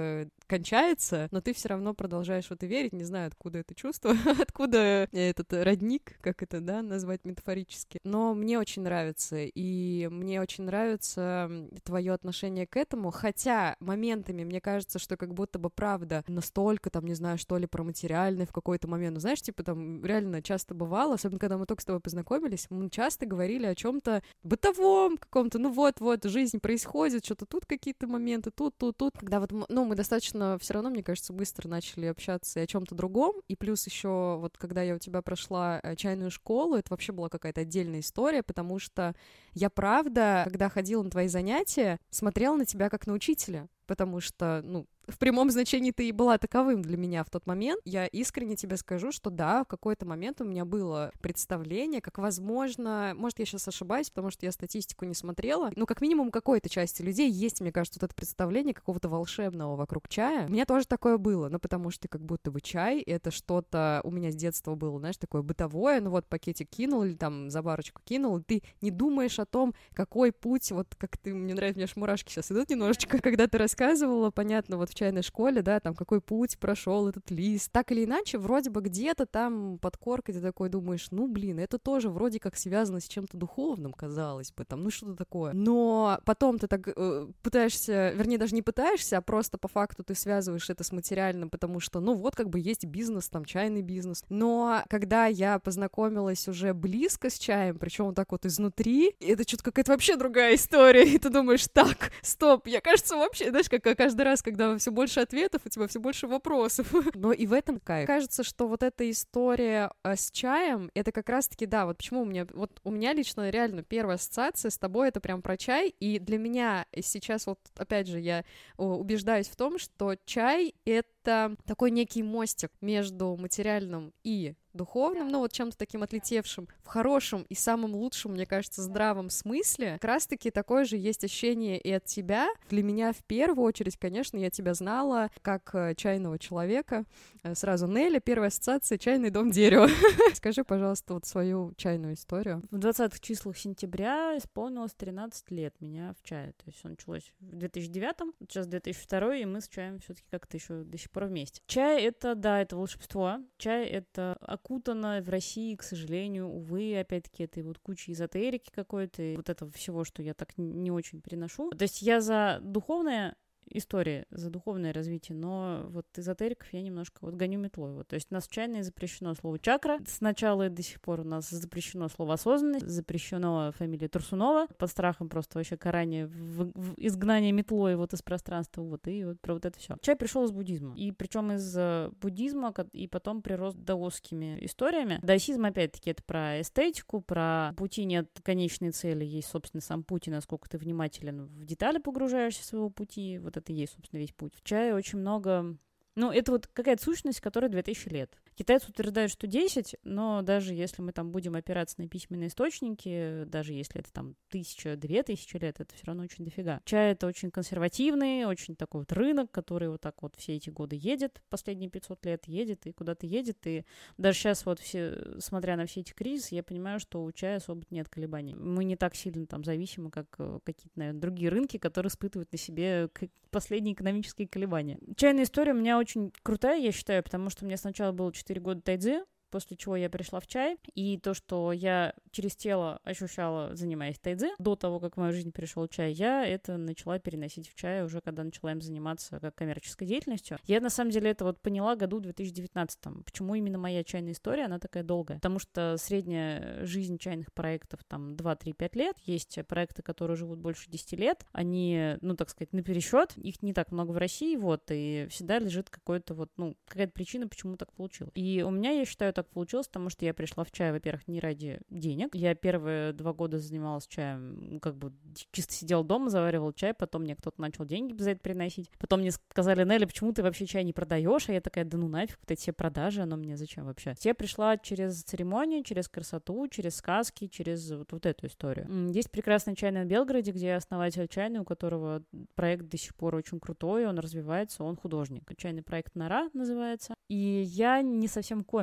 кончается, но ты все равно продолжаешь в это верить, не знаю, откуда это чувство, откуда этот родник, как это, да, назвать метафорически. Но мне очень нравится, и мне очень нравится твое отношение к этому, хотя моментами мне кажется, что как будто бы правда настолько, там, не знаю, что ли, про материальное в какой-то момент. Ну, знаешь, типа там реально часто бывало, особенно когда мы только с тобой познакомились, мы часто говорили о чем-то бытовом каком-то, ну вот-вот, жизнь происходит, что-то тут какие-то моменты, тут, тут, тут. Когда вот, ну, мы достаточно все равно, мне кажется, быстро начали общаться и о чем-то другом, и плюс еще вот когда я у тебя прошла чайную школу, это вообще была какая-то отдельная история, потому что я правда, когда ходила на твои занятия, смотрела на тебя как на учителя, потому что, ну, в прямом значении ты и была таковым для меня в тот момент. Я искренне тебе скажу, что да, в какой-то момент у меня было представление, как возможно, может, я сейчас ошибаюсь, потому что я статистику не смотрела, но как минимум у какой-то части людей есть, мне кажется, вот это представление какого-то волшебного вокруг чая. У меня тоже такое было, ну, потому что как будто бы чай — это что-то у меня с детства было, знаешь, такое бытовое, ну вот пакетик кинул или там за барочку кинул, и ты не думаешь о том, какой путь, вот как ты, мне нравится, у меня аж мурашки сейчас идут немножечко, когда ты рассказывала, понятно, вот в чайной школе, да, там какой путь прошел этот лист. Так или иначе, вроде бы где-то там под коркой ты такой думаешь, ну, блин, это тоже вроде как связано с чем-то духовным, казалось бы, там, ну, что-то такое. Но потом ты так э, пытаешься, вернее, даже не пытаешься, а просто по факту ты связываешь это с материальным, потому что, ну, вот как бы есть бизнес, там, чайный бизнес. Но когда я познакомилась уже близко с чаем, причем вот так вот изнутри, это что-то какая-то вообще другая история, и ты думаешь, так, стоп, я, кажется, вообще, знаешь, как каждый раз, когда все больше ответов, у тебя все больше вопросов. Но и в этом кайф. Кажется, что вот эта история э, с чаем, это как раз-таки, да, вот почему у меня, вот у меня лично реально первая ассоциация с тобой — это прям про чай, и для меня сейчас вот, опять же, я о, убеждаюсь в том, что чай — это такой некий мостик между материальным и духовным, ну вот чем-то таким отлетевшим, в хорошем и самом лучшем, мне кажется, здравом смысле. Как раз-таки такое же есть ощущение и от тебя. Для меня в первую очередь, конечно, я тебя знала как чайного человека. Сразу Неля, первая ассоциация — чайный дом дерева. Скажи, пожалуйста, вот свою чайную историю. В двадцатых числах сентября исполнилось тринадцать лет меня в чае. То есть он началось в две тысячи девятом, сейчас две тысячи второй, и мы с чаем все-таки как-то еще до сих пор вместе. Чай — это, да, это волшебство. Чай — это окутано в России, к сожалению, увы, опять-таки, этой вот кучей эзотерики какой-то, и вот этого всего, что я так не очень переношу. То есть я за духовное истории, за духовное развитие, но вот эзотериков я немножко вот гоню метлой. Вот. То есть у нас в чайной запрещено слово чакра. Сначала и до сих пор у нас запрещено слово осознанность, запрещено фамилия Турсунова, под страхом просто вообще карания в, в изгнание метлой вот из пространства, вот, и вот про вот это все. Чай пришел из буддизма, и причем из буддизма, и потом прирос даосскими историями. Даосизм, опять-таки, это про эстетику, про пути нет конечной цели, есть, собственно, сам путь, и насколько ты внимателен в детали погружаешься своего пути, вот это и есть, собственно, весь путь. В чае очень много... Ну, это вот какая-то сущность, которая две тысячи лет. Китайцы утверждают, что десять, но даже если мы там будем опираться на письменные источники, даже если это там тысяча, две тысячи лет, это все равно очень дофига. Чай — это очень консервативный, очень такой вот рынок, который вот так вот все эти годы едет, последние пятьсот лет едет и куда-то едет, и даже сейчас вот все, смотря на все эти кризисы, я понимаю, что у чая особо нет колебаний. Мы не так сильно там зависимы, как какие-то, наверное, другие рынки, которые испытывают на себе последние экономические колебания. Чайная история у меня очень крутая, я считаю, потому что мне сначала было четыре года тайцзи, после чего я пришла в чай, и то, что я через тело ощущала, занимаясь тайцзи, до того, как в мою жизнь пришел чай, я это начала переносить в чай уже, когда начала им заниматься как коммерческой деятельностью. Я, на самом деле, это вот поняла году в две тысячи девятнадцатом. Почему именно моя чайная история, она такая долгая? Потому что средняя жизнь чайных проектов там два-три-пять лет. Есть проекты, которые живут больше десяти лет. Они, ну, так сказать, напересчет. Их не так много в России, вот, и всегда лежит какой-то вот, ну, какая-то причина, почему так получилось. И у меня, я считаю, так получилось, потому что я пришла в чай, во-первых, не ради денег. Я первые два года занималась чаем, как бы чисто сидела дома, заваривала чай, потом мне кто-то начал деньги за это приносить. Потом мне сказали: Нелли, почему ты вообще чай не продаешь? А я такая: да ну нафиг, вот эти все продажи, оно мне зачем вообще? Я пришла через церемонию, через красоту, через сказки, через вот, вот эту историю. Есть прекрасная чайная в Белгороде, где я основатель чайной, у которого проект до сих пор очень крутой, он развивается, он художник. Чайный проект «Нора» называется. И я не совсем коммерс. В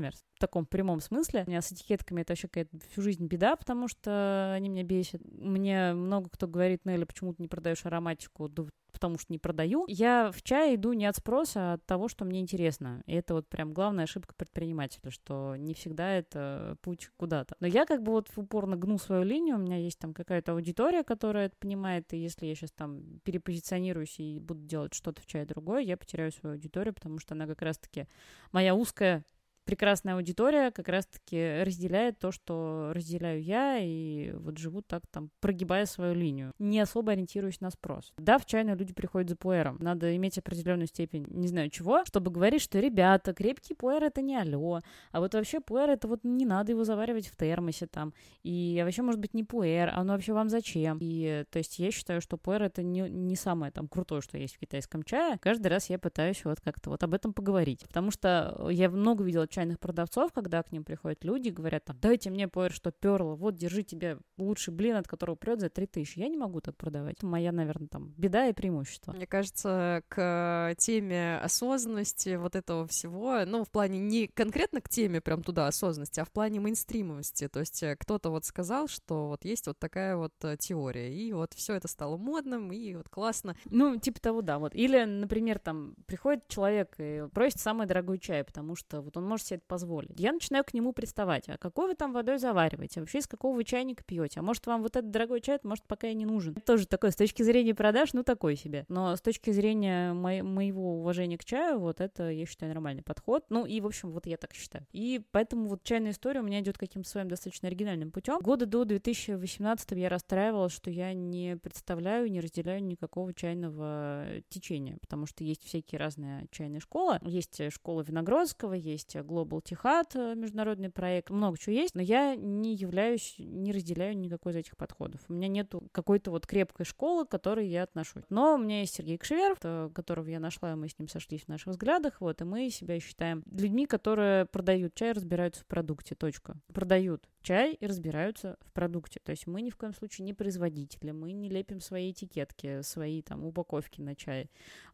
таком прямом смысле. У меня с этикетками это вообще какая-то всю жизнь беда, потому что они меня бесят. Мне много кто говорит: Нелли, почему ты не продаешь ароматику? Да потому что не продаю. Я в чай иду не от спроса, а от того, что мне интересно. И это вот прям главная ошибка предпринимателя, что не всегда это путь куда-то. Но я как бы вот упорно гну свою линию, у меня есть там какая-то аудитория, которая это понимает, и если я сейчас там перепозиционируюсь и буду делать что-то в чае другое, я потеряю свою аудиторию, потому что она как раз-таки моя узкая прекрасная аудитория как раз-таки разделяет то, что разделяю я, и вот живут так там, прогибая свою линию, не особо ориентируясь на спрос. Да, в чайную люди приходят за пуэром. Надо иметь определенную степень, не знаю чего, чтобы говорить, что, ребята, крепкий пуэр — это не алло, а вот вообще пуэр — это вот не надо его заваривать в термосе там, и вообще, может быть, не пуэр, а оно вообще вам зачем? И, то есть, я считаю, что пуэр — это не, не самое там крутое, что есть в китайском чае. Каждый раз я пытаюсь вот как-то вот об этом поговорить, потому что я много видела чайных продавцов, когда к ним приходят люди, говорят там: дайте мне пуэр, что перло, вот, держи тебе лучший блин, от которого прет за три тысячи. Я не могу так продавать. Моя, наверное, там беда и преимущество. Мне кажется, к теме осознанности вот этого всего, ну, в плане не конкретно к теме прям туда осознанности, а в плане мейнстримовости. То есть кто-то вот сказал, что вот есть вот такая вот теория, и вот все это стало модным, и вот классно. Ну, типа того, да, вот. Или, например, там приходит человек и просит самый дорогой чай, потому что вот он может себе это позволить. Я начинаю к нему приставать: а какой вы там водой завариваете? Вообще из какого вы чайника пьете? А может, вам вот этот дорогой чай, может, пока и не нужен? Это тоже такое, с точки зрения продаж, ну, такой себе. Но с точки зрения мо- моего уважения к чаю, вот это, я считаю, нормальный подход. Ну, и, в общем, вот я так считаю. И поэтому вот чайная история у меня идет каким-то своим достаточно оригинальным путем. Года до две тысячи восемнадцатого я расстраивалась, что я не представляю, не разделяю никакого чайного течения, потому что есть всякие разные чайные школы. Есть школа Виногродского, есть Global Тихат, международный проект, много чего есть, но я не являюсь, не разделяю никакой из этих подходов. У меня нету какой-то вот крепкой школы, к которой я отношусь. Но у меня есть Сергей Кшеверов, которого я нашла, и мы с ним сошлись в наших взглядах, вот, и мы себя считаем людьми, которые продают чай, разбираются в продукте, точка. Продают чай и разбираются в продукте. То есть мы ни в коем случае не производители, мы не лепим свои этикетки, свои там упаковки на чай.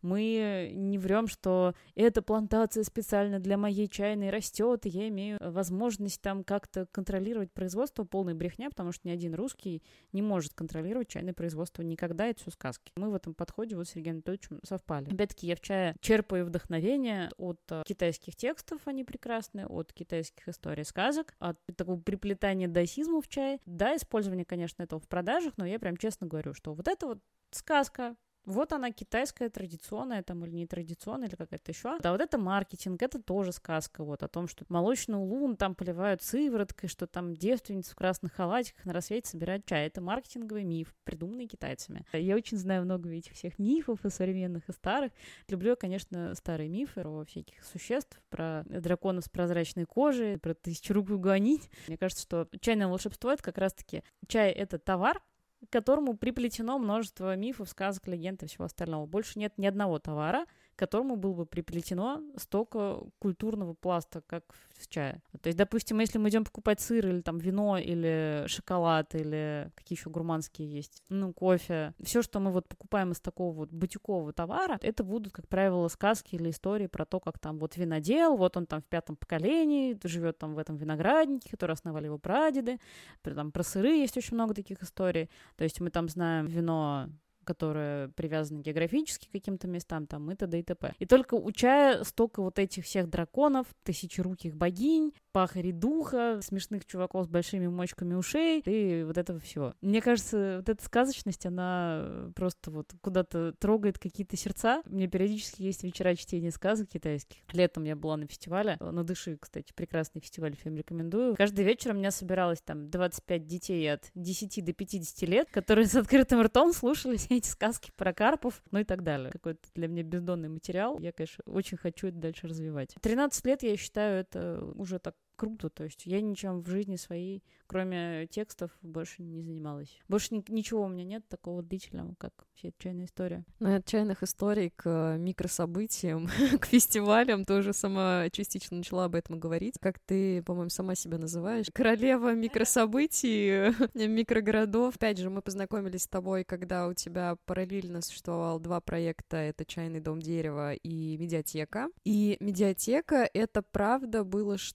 Мы не врем, что эта плантация специально для моей чайной растет, и я имею возможность там как-то контролировать производство. Полная брехня, потому что ни один русский не может контролировать чайное производство никогда, это все сказки. Мы в этом подходе вот с Сергеем Анатольевичем совпали. Опять-таки, я в чае черпаю вдохновение от uh, китайских текстов, они прекрасные, от китайских историй, сказок, от такого приплетания даосизма в чай. Да, использование, конечно, этого в продажах, но я прям честно говорю, что вот это вот сказка, вот она китайская, традиционная там или нетрадиционная, или какая-то еще. А вот это маркетинг, это тоже сказка вот о том, что молочный улун там поливают сывороткой, что там девственницы в красных халатиках на рассвете собирают чай. Это маркетинговый миф, придуманный китайцами. Я очень знаю много этих всех мифов, и современных, и старых. Люблю я, конечно, старые мифы про всяких существ, про драконов с прозрачной кожей, про тысячерукую гуанить. Мне кажется, что чайное волшебство — это как раз-таки чай — это товар, к которому приплетено множество мифов, сказок, легенд и всего остального. Больше нет ни одного товара, к которому было бы приплетено столько культурного пласта, как в чае. То есть, допустим, если мы идем покупать сыр или там вино, или шоколад, или какие еще гурманские есть, ну, кофе, все, что мы вот покупаем из такого вот бутикового товара, это будут, как правило, сказки или истории про то, как там вот винодел, вот он там в пятом поколении, живет там в этом винограднике, который основали его прадеды. Там про сыры есть очень много таких историй. То есть мы там знаем вино, которые привязаны географически к каким-то местам, там, и т.д. и т.п. И только у чая столько вот этих всех драконов, тысячеруких богинь, пахарей духа, смешных чуваков с большими мочками ушей и вот этого всего. Мне кажется, вот эта сказочность, она просто вот куда-то трогает какие-то сердца. У меня периодически есть вечера чтения сказок китайских. Летом я была на фестивале, на Дыши, кстати, прекрасный фестиваль, всем рекомендую. Каждый вечер у меня собиралось там двадцать пять детей от десяти до пятидесяти лет, которые с открытым ртом слушали все эти сказки про карпов, ну и так далее. Какой-то для меня бездонный материал. Я, конечно, очень хочу это дальше развивать. тринадцать лет, я считаю, это уже так круто, то есть я ничем в жизни своей, кроме текстов, больше не занималась. Больше ни- ничего у меня нет такого длительного, как вся эта чайная история. Ну, от чайных историй к микрособытиям, к фестивалям, ты уже сама частично начала об этом говорить. Как ты, по-моему, сама себя называешь. Королева микрособытий, микрогородов. Опять же, мы познакомились с тобой, когда у тебя параллельно существовало два проекта. Это «Чайный дом дерева» и «Медиатека». И «Медиатека» — это, правда, было что-то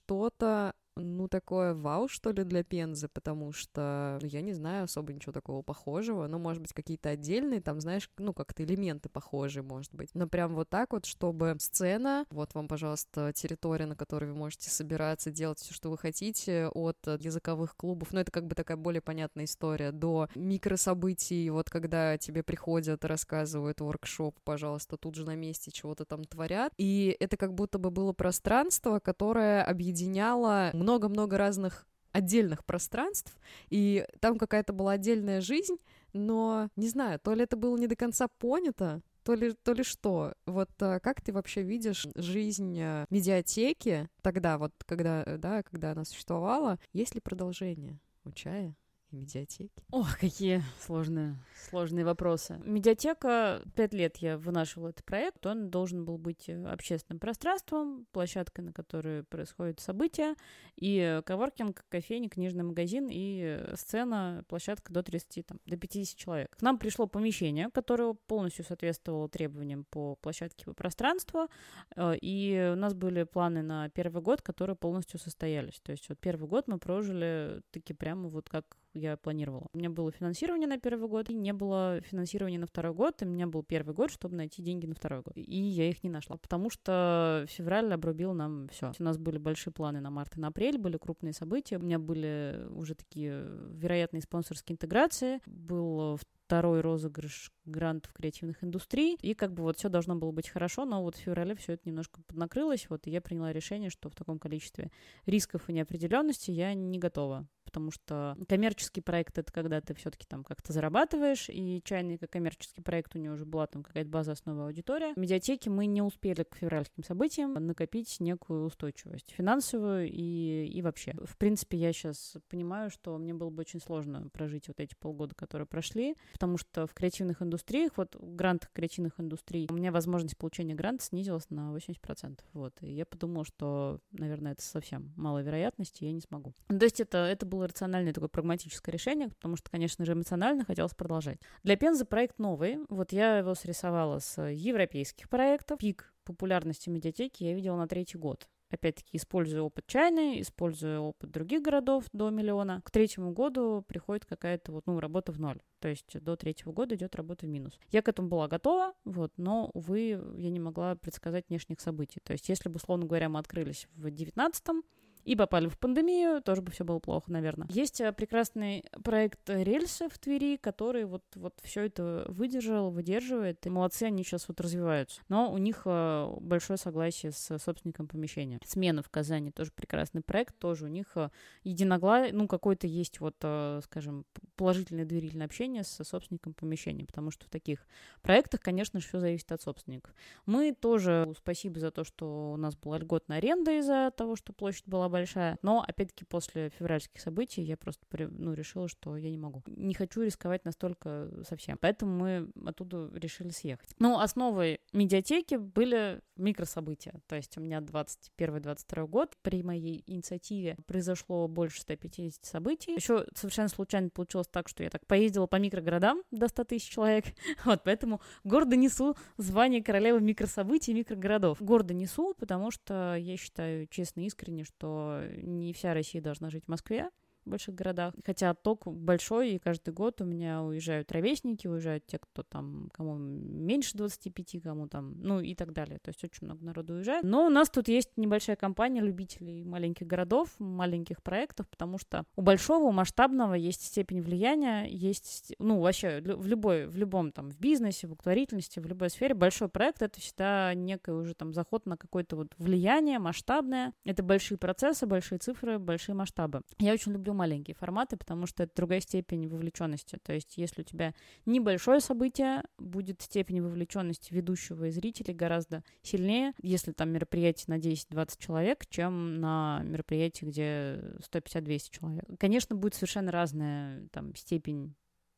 что-то, ну, такое вау, что ли, для Пензы, потому что, ну, я не знаю особо ничего такого похожего, ну, может быть, какие-то отдельные, там, знаешь, ну, как-то элементы похожие, может быть, но прям вот так вот, чтобы сцена, вот вам, пожалуйста, территория, на которой вы можете собираться, делать все, что вы хотите, от языковых клубов, ну, это как бы такая более понятная история, до микрособытий, вот когда тебе приходят, рассказывают воркшоп, пожалуйста, тут же на месте чего-то там творят, и это как будто бы было пространство, которое объединяло много-много разных отдельных пространств, и там какая-то была отдельная жизнь, но, не знаю, то ли это было не до конца понято, то ли, то ли что. Вот а, как ты вообще видишь жизнь а, медиатеки тогда, вот когда, да, когда она существовала? Есть ли продолжение у чая и медиатеки? Ох, какие сложные, сложные вопросы. Медиатека, пять лет я вынашивала этот проект, он должен был быть общественным пространством, площадкой, на которой происходят события, и коворкинг, кофейня, книжный магазин и сцена, площадка до тридцати, там, до пятидесяти человек. К нам пришло помещение, которое полностью соответствовало требованиям по площадке, по пространству, и у нас были планы на первый год, которые полностью состоялись. То есть вот первый год мы прожили таки прямо вот как я планировала. У меня было финансирование на первый год, и не было финансирования на второй год, и у меня был первый год, чтобы найти деньги на второй год. И я их не нашла, потому что февраль обрубил нам все. У нас были большие планы на март и на апрель, были крупные события, у меня были уже такие вероятные спонсорские интеграции, был второй розыгрыш грантов креативных индустрий, и как бы вот все должно было быть хорошо, но вот в феврале все это немножко поднакрылось, вот, и я приняла решение, что в таком количестве рисков и неопределенности я не готова, потому что коммерческий проект — это когда ты все-таки там как-то зарабатываешь, и чайный как коммерческий проект, у него уже была там какая-то база, основа, аудитория. В медиатеке мы не успели к февральским событиям накопить некую устойчивость финансовую и, и вообще. В принципе, я сейчас понимаю, что мне было бы очень сложно прожить вот эти полгода, которые прошли, потому что в креативных индустриях, вот в грантах креативных индустрий, у меня возможность получения гранта снизилась на восемьдесят процентов. Вот. И я подумала, что, наверное, это совсем мало вероятности, я не смогу. То есть это, это было рациональное такое прагматическое решение, потому что, конечно же, эмоционально хотелось продолжать. Для Пензы проект новый. Вот я его срисовала с европейских проектов. Пик популярности медиатеки я видела на третий год. Опять-таки, используя опыт чайный, используя опыт других городов до миллиона, к третьему году приходит какая-то вот, ну, работа в ноль. То есть до третьего года идет работа в минус. Я к этому была готова, вот, но, увы, я не могла предсказать внешних событий. То есть если бы, условно говоря, мы открылись в девятнадцатом, и попали в пандемию, тоже бы все было плохо, наверное. Есть прекрасный проект «Рельсы» в Твери, который вот, вот все это выдержал, выдерживает. И молодцы, они сейчас вот развиваются. Но у них большое согласие с собственником помещения. «Смена» в Казани тоже прекрасный проект, тоже у них единогласие, ну, какой-то есть вот, скажем, положительное доверительное общение с собственником помещения, потому что в таких проектах, конечно же, все зависит от собственников. Мы тоже, спасибо за то, что у нас была льготная аренда из-за того, что площадь была большая, но, опять-таки, после февральских событий я просто, ну, решила, что я не могу. Не хочу рисковать настолько совсем. Поэтому мы оттуда решили съехать. Ну, основой медиатеки были микрособытия. То есть у меня двадцать первый — двадцать второй год. При моей инициативе произошло больше ста пятидесяти событий. Еще совершенно случайно получилось так, что я так поездила по микрогородам до ста тысяч человек. Вот, поэтому гордо несу звание королевы микрособытий и микрогородов. Гордо несу, потому что я считаю честно и искренне, что не вся Россия должна жить в Москве, в больших городах. Хотя отток большой, и каждый год у меня уезжают ровесники, уезжают те, кто там, кому меньше двадцати пяти, кому там, ну и так далее. То есть очень много народу уезжает. Но у нас тут есть небольшая компания любителей маленьких городов, маленьких проектов, потому что у большого, у масштабного есть степень влияния, есть, ну, вообще в любой, в любом там, в бизнесе, в благотворительности, в любой сфере большой проект — это всегда некий уже там заход на какое-то вот влияние масштабное. Это большие процессы, большие цифры, большие масштабы. Я очень люблю маленькие форматы, потому что это другая степень вовлеченности. То есть, если у тебя небольшое событие, будет степень вовлеченности ведущего и зрителей гораздо сильнее, если там мероприятие на десять-двадцать человек, чем на мероприятии, где сто пятьдесят-двести человек. Конечно, будет совершенно разная там степень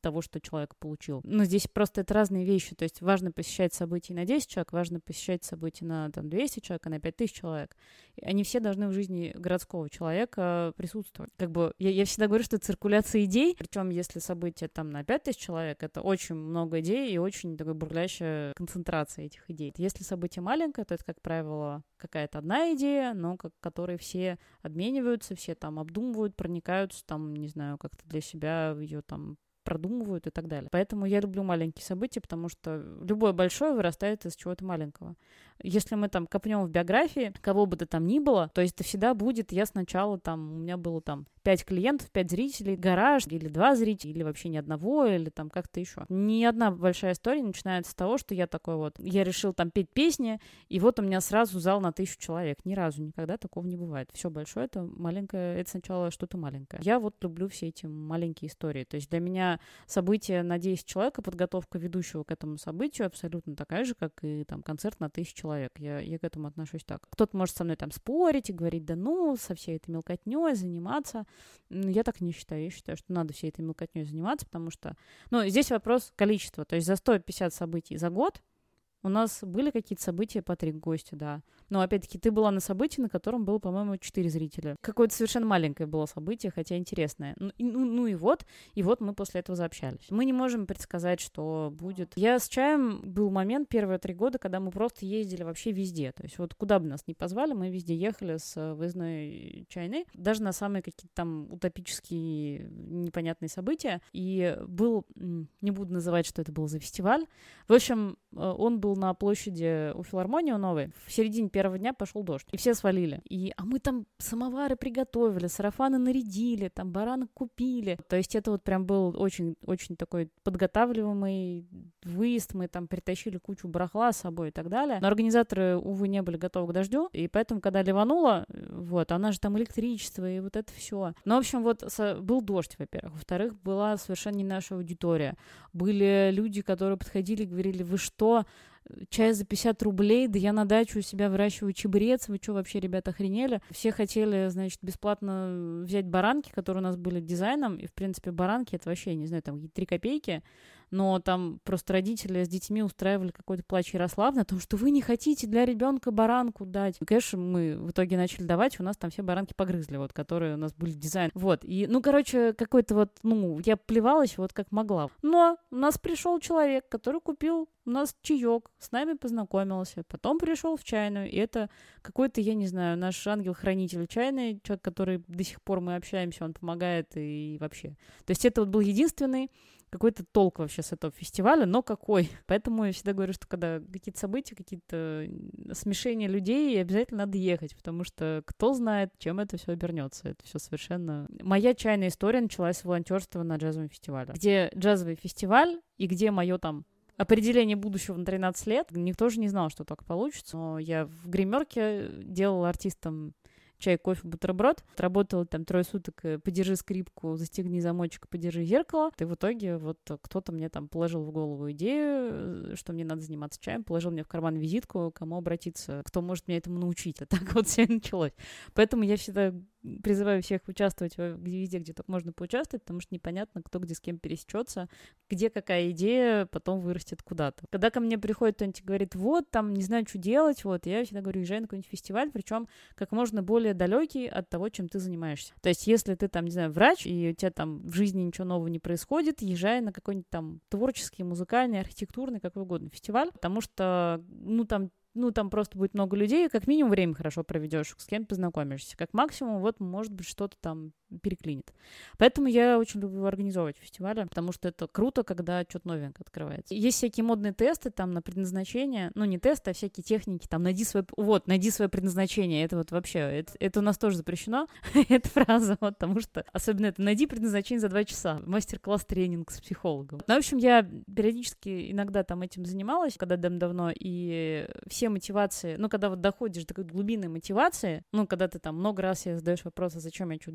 того, что человек получил. Но здесь просто это разные вещи. То есть важно посещать события на десять человек, важно посещать события на там, двести человек, а на пять тысяч человек. И они все должны в жизни городского человека присутствовать. Как бы я, я всегда говорю, что это циркуляция идей. Причем, если событие там на пять тысяч человек, это очень много идей и очень такая бурлящая концентрация этих идей. Если событие маленькое, то это, как правило, какая-то одна идея, но к которой все обмениваются, все там обдумывают, проникаются, там, не знаю, как-то для себя ее там продумывают и так далее. Поэтому я люблю маленькие события, потому что любое большое вырастает из чего-то маленького. Если мы там копнем в биографии, кого бы то там ни было, то есть это всегда будет, я сначала там, у меня было там пять клиентов, пять зрителей, гараж, или два зрителя, или вообще ни одного, или там как-то еще. Ни одна большая история начинается с того, что я такой вот, я решил там петь песни, и вот у меня сразу зал на тысячу человек. Ни разу никогда такого не бывает. Все большое, это маленькое, это сначала что-то маленькое. Я вот люблю все эти маленькие истории. То есть для меня событие на десять человек, подготовка ведущего к этому событию абсолютно такая же, как и там концерт на тысячу человек. Я, я к этому отношусь так. Кто-то может со мной там спорить и говорить, да ну, со всей этой мелкотней заниматься. Но я так не считаю. Я считаю, что надо всей этой мелкотней заниматься, потому что... Ну, здесь вопрос количества. То есть за сто пятьдесят событий за год у нас были какие-то события по три гостя, да. Но, опять-таки, ты была на событии, на котором было, по-моему, четыре зрителя. Какое-то совершенно маленькое было событие, хотя интересное. Ну и, ну, ну и вот, и вот мы после этого заобщались. Мы не можем предсказать, что будет. Я с чаем был момент первые три года, когда мы просто ездили вообще везде. То есть вот куда бы нас ни позвали, мы везде ехали с выездной чайной. Даже на самые какие-то там утопические непонятные события. И был, не буду называть, что это был за фестиваль. В общем, он был на площади у филармонии у новой. В середине первого дня пошел дождь, и все свалили. И, а мы там самовары приготовили, сарафаны нарядили, там баранок купили. То есть это вот прям был очень-очень такой подготавливаемый выезд. Мы там притащили кучу барахла с собой и так далее. Но организаторы, увы, не были готовы к дождю, и поэтому, когда ливануло, вот, она же там электричество и вот это все. Ну, в общем, вот был дождь, во-первых. Во-вторых, была совершенно не наша аудитория. Были люди, которые подходили и говорили, вы что, чай за пятьдесят рублей, да я на дачу у себя выращиваю чебрец, вы что вообще, ребята, охренели? Все хотели, значит, бесплатно взять баранки, которые у нас были дизайном, и, в принципе, баранки, это вообще, не знаю, там, три копейки, но там просто родители с детьми устраивали какой-то плач Ярославны о том, что вы не хотите для ребенка баранку дать. И, конечно, мы в итоге начали давать, у нас там все баранки погрызли, вот, которые у нас были в дизайне. Вот, и, ну, короче, какой-то вот, ну, я плевалась вот как могла. Но у нас пришел человек, который купил у нас чаек, с нами познакомился, потом пришел в чайную, и это какой-то, я не знаю, наш ангел-хранитель чайный, человек, который до сих пор мы общаемся, он помогает и вообще. То есть это вот был единственный какой-то толк вообще с этого фестиваля, но какой. Поэтому я всегда говорю, что когда какие-то события, какие-то смешения людей, обязательно надо ехать, потому что кто знает, чем это все обернется. Это все совершенно... Моя чайная история началась с волонтерства на джазовом фестивале, где джазовый фестиваль и где мое там определение будущего на тринадцать лет. Никто же не знал, что так получится. Но я в гримерке делала артистам чай, кофе, бутерброд. Работала там трое суток, подержи скрипку, застегни замочек, подержи зеркало. И в итоге вот кто-то мне там положил в голову идею, что мне надо заниматься чаем, положил мне в карман визитку, кому обратиться, кто может меня этому научить. А так вот все и началось. Поэтому я всегда призываю всех участвовать везде, где только можно поучаствовать, потому что непонятно, кто где с кем пересечется, где какая идея потом вырастет куда-то. Когда ко мне приходит кто-нибудь и говорит, вот, там, не знаю, что делать, вот, я всегда говорю, езжай на какой-нибудь фестиваль, причем как можно более далекий от того, чем ты занимаешься. То есть, если ты там, не знаю, врач, и у тебя там в жизни ничего нового не происходит, езжай на какой-нибудь там творческий, музыкальный, архитектурный, какой угодно фестиваль, потому что, ну, там Ну, там просто будет много людей, как минимум время хорошо проведешь, с кем познакомишься. Как максимум, вот, может быть, что-то там переклинит. Поэтому я очень люблю организовывать фестивали, потому что это круто, когда что-то новенькое открывается. Есть всякие модные тесты там на предназначение, ну, не тесты, а всякие техники, там, найди свое, вот, найди свое предназначение, это вот вообще, это, это у нас тоже запрещено, эта фраза, вот, потому что, особенно это, найди предназначение за два часа, мастер-класс тренинг с психологом. Ну, в общем, я периодически иногда там этим занималась, когда давно, и все мотивации, ну, когда вот доходишь до глубинной мотивации, ну, когда ты там много раз себе задаешь вопрос, а зачем я что-то делаю, там,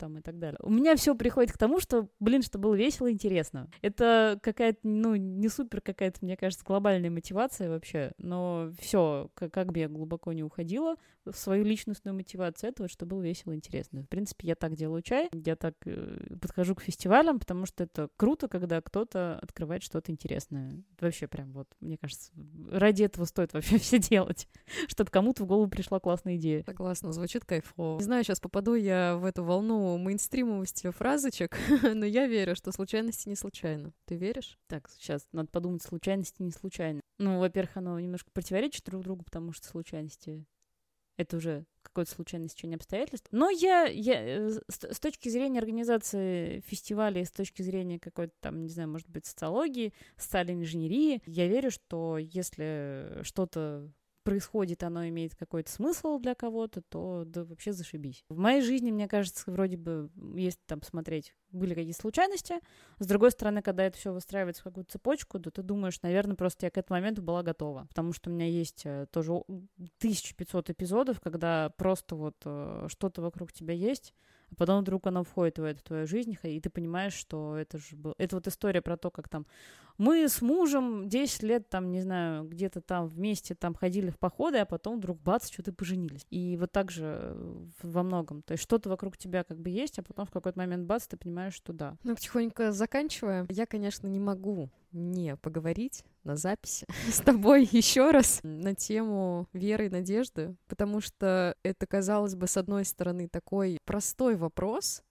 там и так далее. У меня все приходит к тому, что, блин, что было весело и интересно. Это какая-то, ну, не супер какая-то, мне кажется, глобальная мотивация вообще, но все, как, как бы я глубоко не уходила в свою личностную мотивацию, это вот, что было весело и интересно. В принципе, я так делаю чай, я так э, подхожу к фестивалям, потому что это круто, когда кто-то открывает что-то интересное. Это вообще прям вот, мне кажется, ради этого стоит вообще все делать, чтобы кому-то в голову пришла классная идея. Согласна, звучит кайфово. Не знаю, сейчас попаду я в эту волну мейнстримовости фразочек, но я верю, что случайности не случайно. Ты веришь? Так, сейчас надо подумать, случайности не случайно. Ну, во-первых, оно немножко противоречит друг другу, потому что случайности — это уже какое-то случайное стечение обстоятельств. Но я, я с, с точки зрения организации фестивалей, с точки зрения какой-то там, не знаю, может быть, социологии, социальной инженерии, я верю, что если что-то происходит, оно имеет какой-то смысл для кого-то, то да вообще зашибись. В моей жизни, мне кажется, вроде бы, если там смотреть, были какие-то случайности. С другой стороны, когда это все выстраивается в какую-то цепочку, то ты думаешь, наверное, просто я к этому моменту была готова. Потому что у меня есть тоже тысяча пятьсот эпизодов, когда просто вот что-то вокруг тебя есть, а потом вдруг оно входит в эту твою жизнь, и ты понимаешь, что это же было... Это вот история про то, как там мы с мужем десять лет, там, не знаю, где-то там вместе там ходили в походы, а потом вдруг бац, что-то поженились. И вот так же во многом. То есть что-то вокруг тебя как бы есть, а потом в какой-то момент бац, ты понимаешь, что да. Ну, потихоньку заканчивая, я, конечно, не могу не поговорить на записи с тобой еще раз на тему веры и надежды, потому что это, казалось бы, с одной стороны, такой простой вопрос,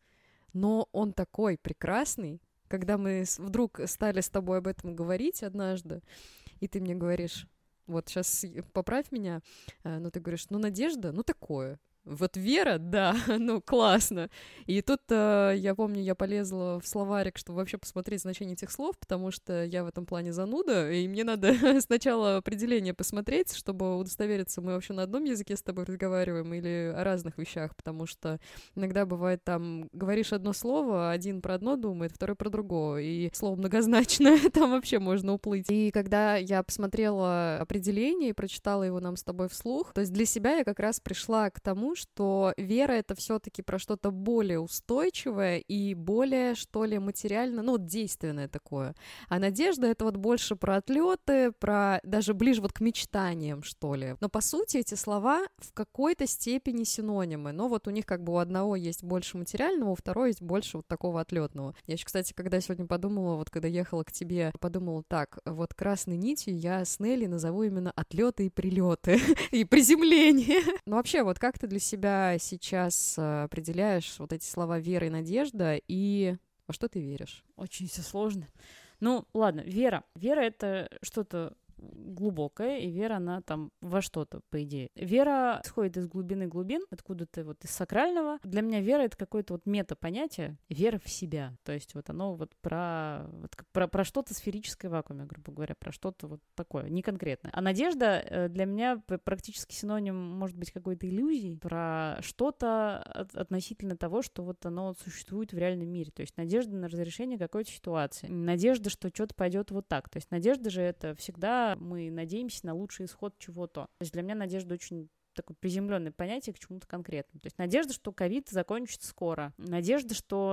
но он такой прекрасный, когда мы вдруг стали с тобой об этом говорить однажды, и ты мне говоришь, вот сейчас поправь меня, но ты говоришь, ну, надежда, ну, такое. Вот вера, да, ну, классно. И тут э, я помню, я полезла в словарик, чтобы вообще посмотреть значение этих слов, потому что я в этом плане зануда, и мне надо сначала определение посмотреть, чтобы удостовериться, мы вообще на одном языке с тобой разговариваем или о разных вещах, потому что иногда бывает там, говоришь одно слово, один про одно думает, второй про другое, и слово многозначное, там вообще можно уплыть. И когда я посмотрела определение и прочитала его нам с тобой вслух, то есть для себя я как раз пришла к тому, что вера — это все-таки про что-то более устойчивое и более, что ли, материально, ну, действенное такое. А надежда — это вот больше про отлеты, про даже ближе вот к мечтаниям, что ли. Но, по сути, эти слова в какой-то степени синонимы. Но вот у них как бы у одного есть больше материального, у второго есть больше вот такого отлетного. Я еще, кстати, когда сегодня подумала, вот когда ехала к тебе, подумала так, вот красной нитью я с Нелли назову именно отлеты и прилеты, и приземление. Ну, вообще, вот как ты для себя сейчас определяешь вот эти слова вера и надежда, и во что ты веришь? Очень все сложно. Ну, ладно, вера. Вера — это что-то глубокая, и вера, она там во что-то, по идее. Вера исходит из глубины глубин, откуда-то вот из сакрального. Для меня вера — это какое-то вот мета-понятие, вера в себя. То есть вот оно вот про, вот про, про что-то сферическое в вакууме, грубо говоря, про что-то вот такое, не конкретное. А надежда для меня практически синоним, может быть, какой-то иллюзии, про что-то от, относительно того, что вот оно существует в реальном мире. То есть надежда на разрешение какой-то ситуации. Надежда, что что-то пойдет вот так. То есть надежда же — это всегда мы надеемся на лучший исход чего-то. То есть для меня надежда очень такое приземленное понятие к чему-то конкретному. То есть надежда, что ковид закончится скоро. Надежда, что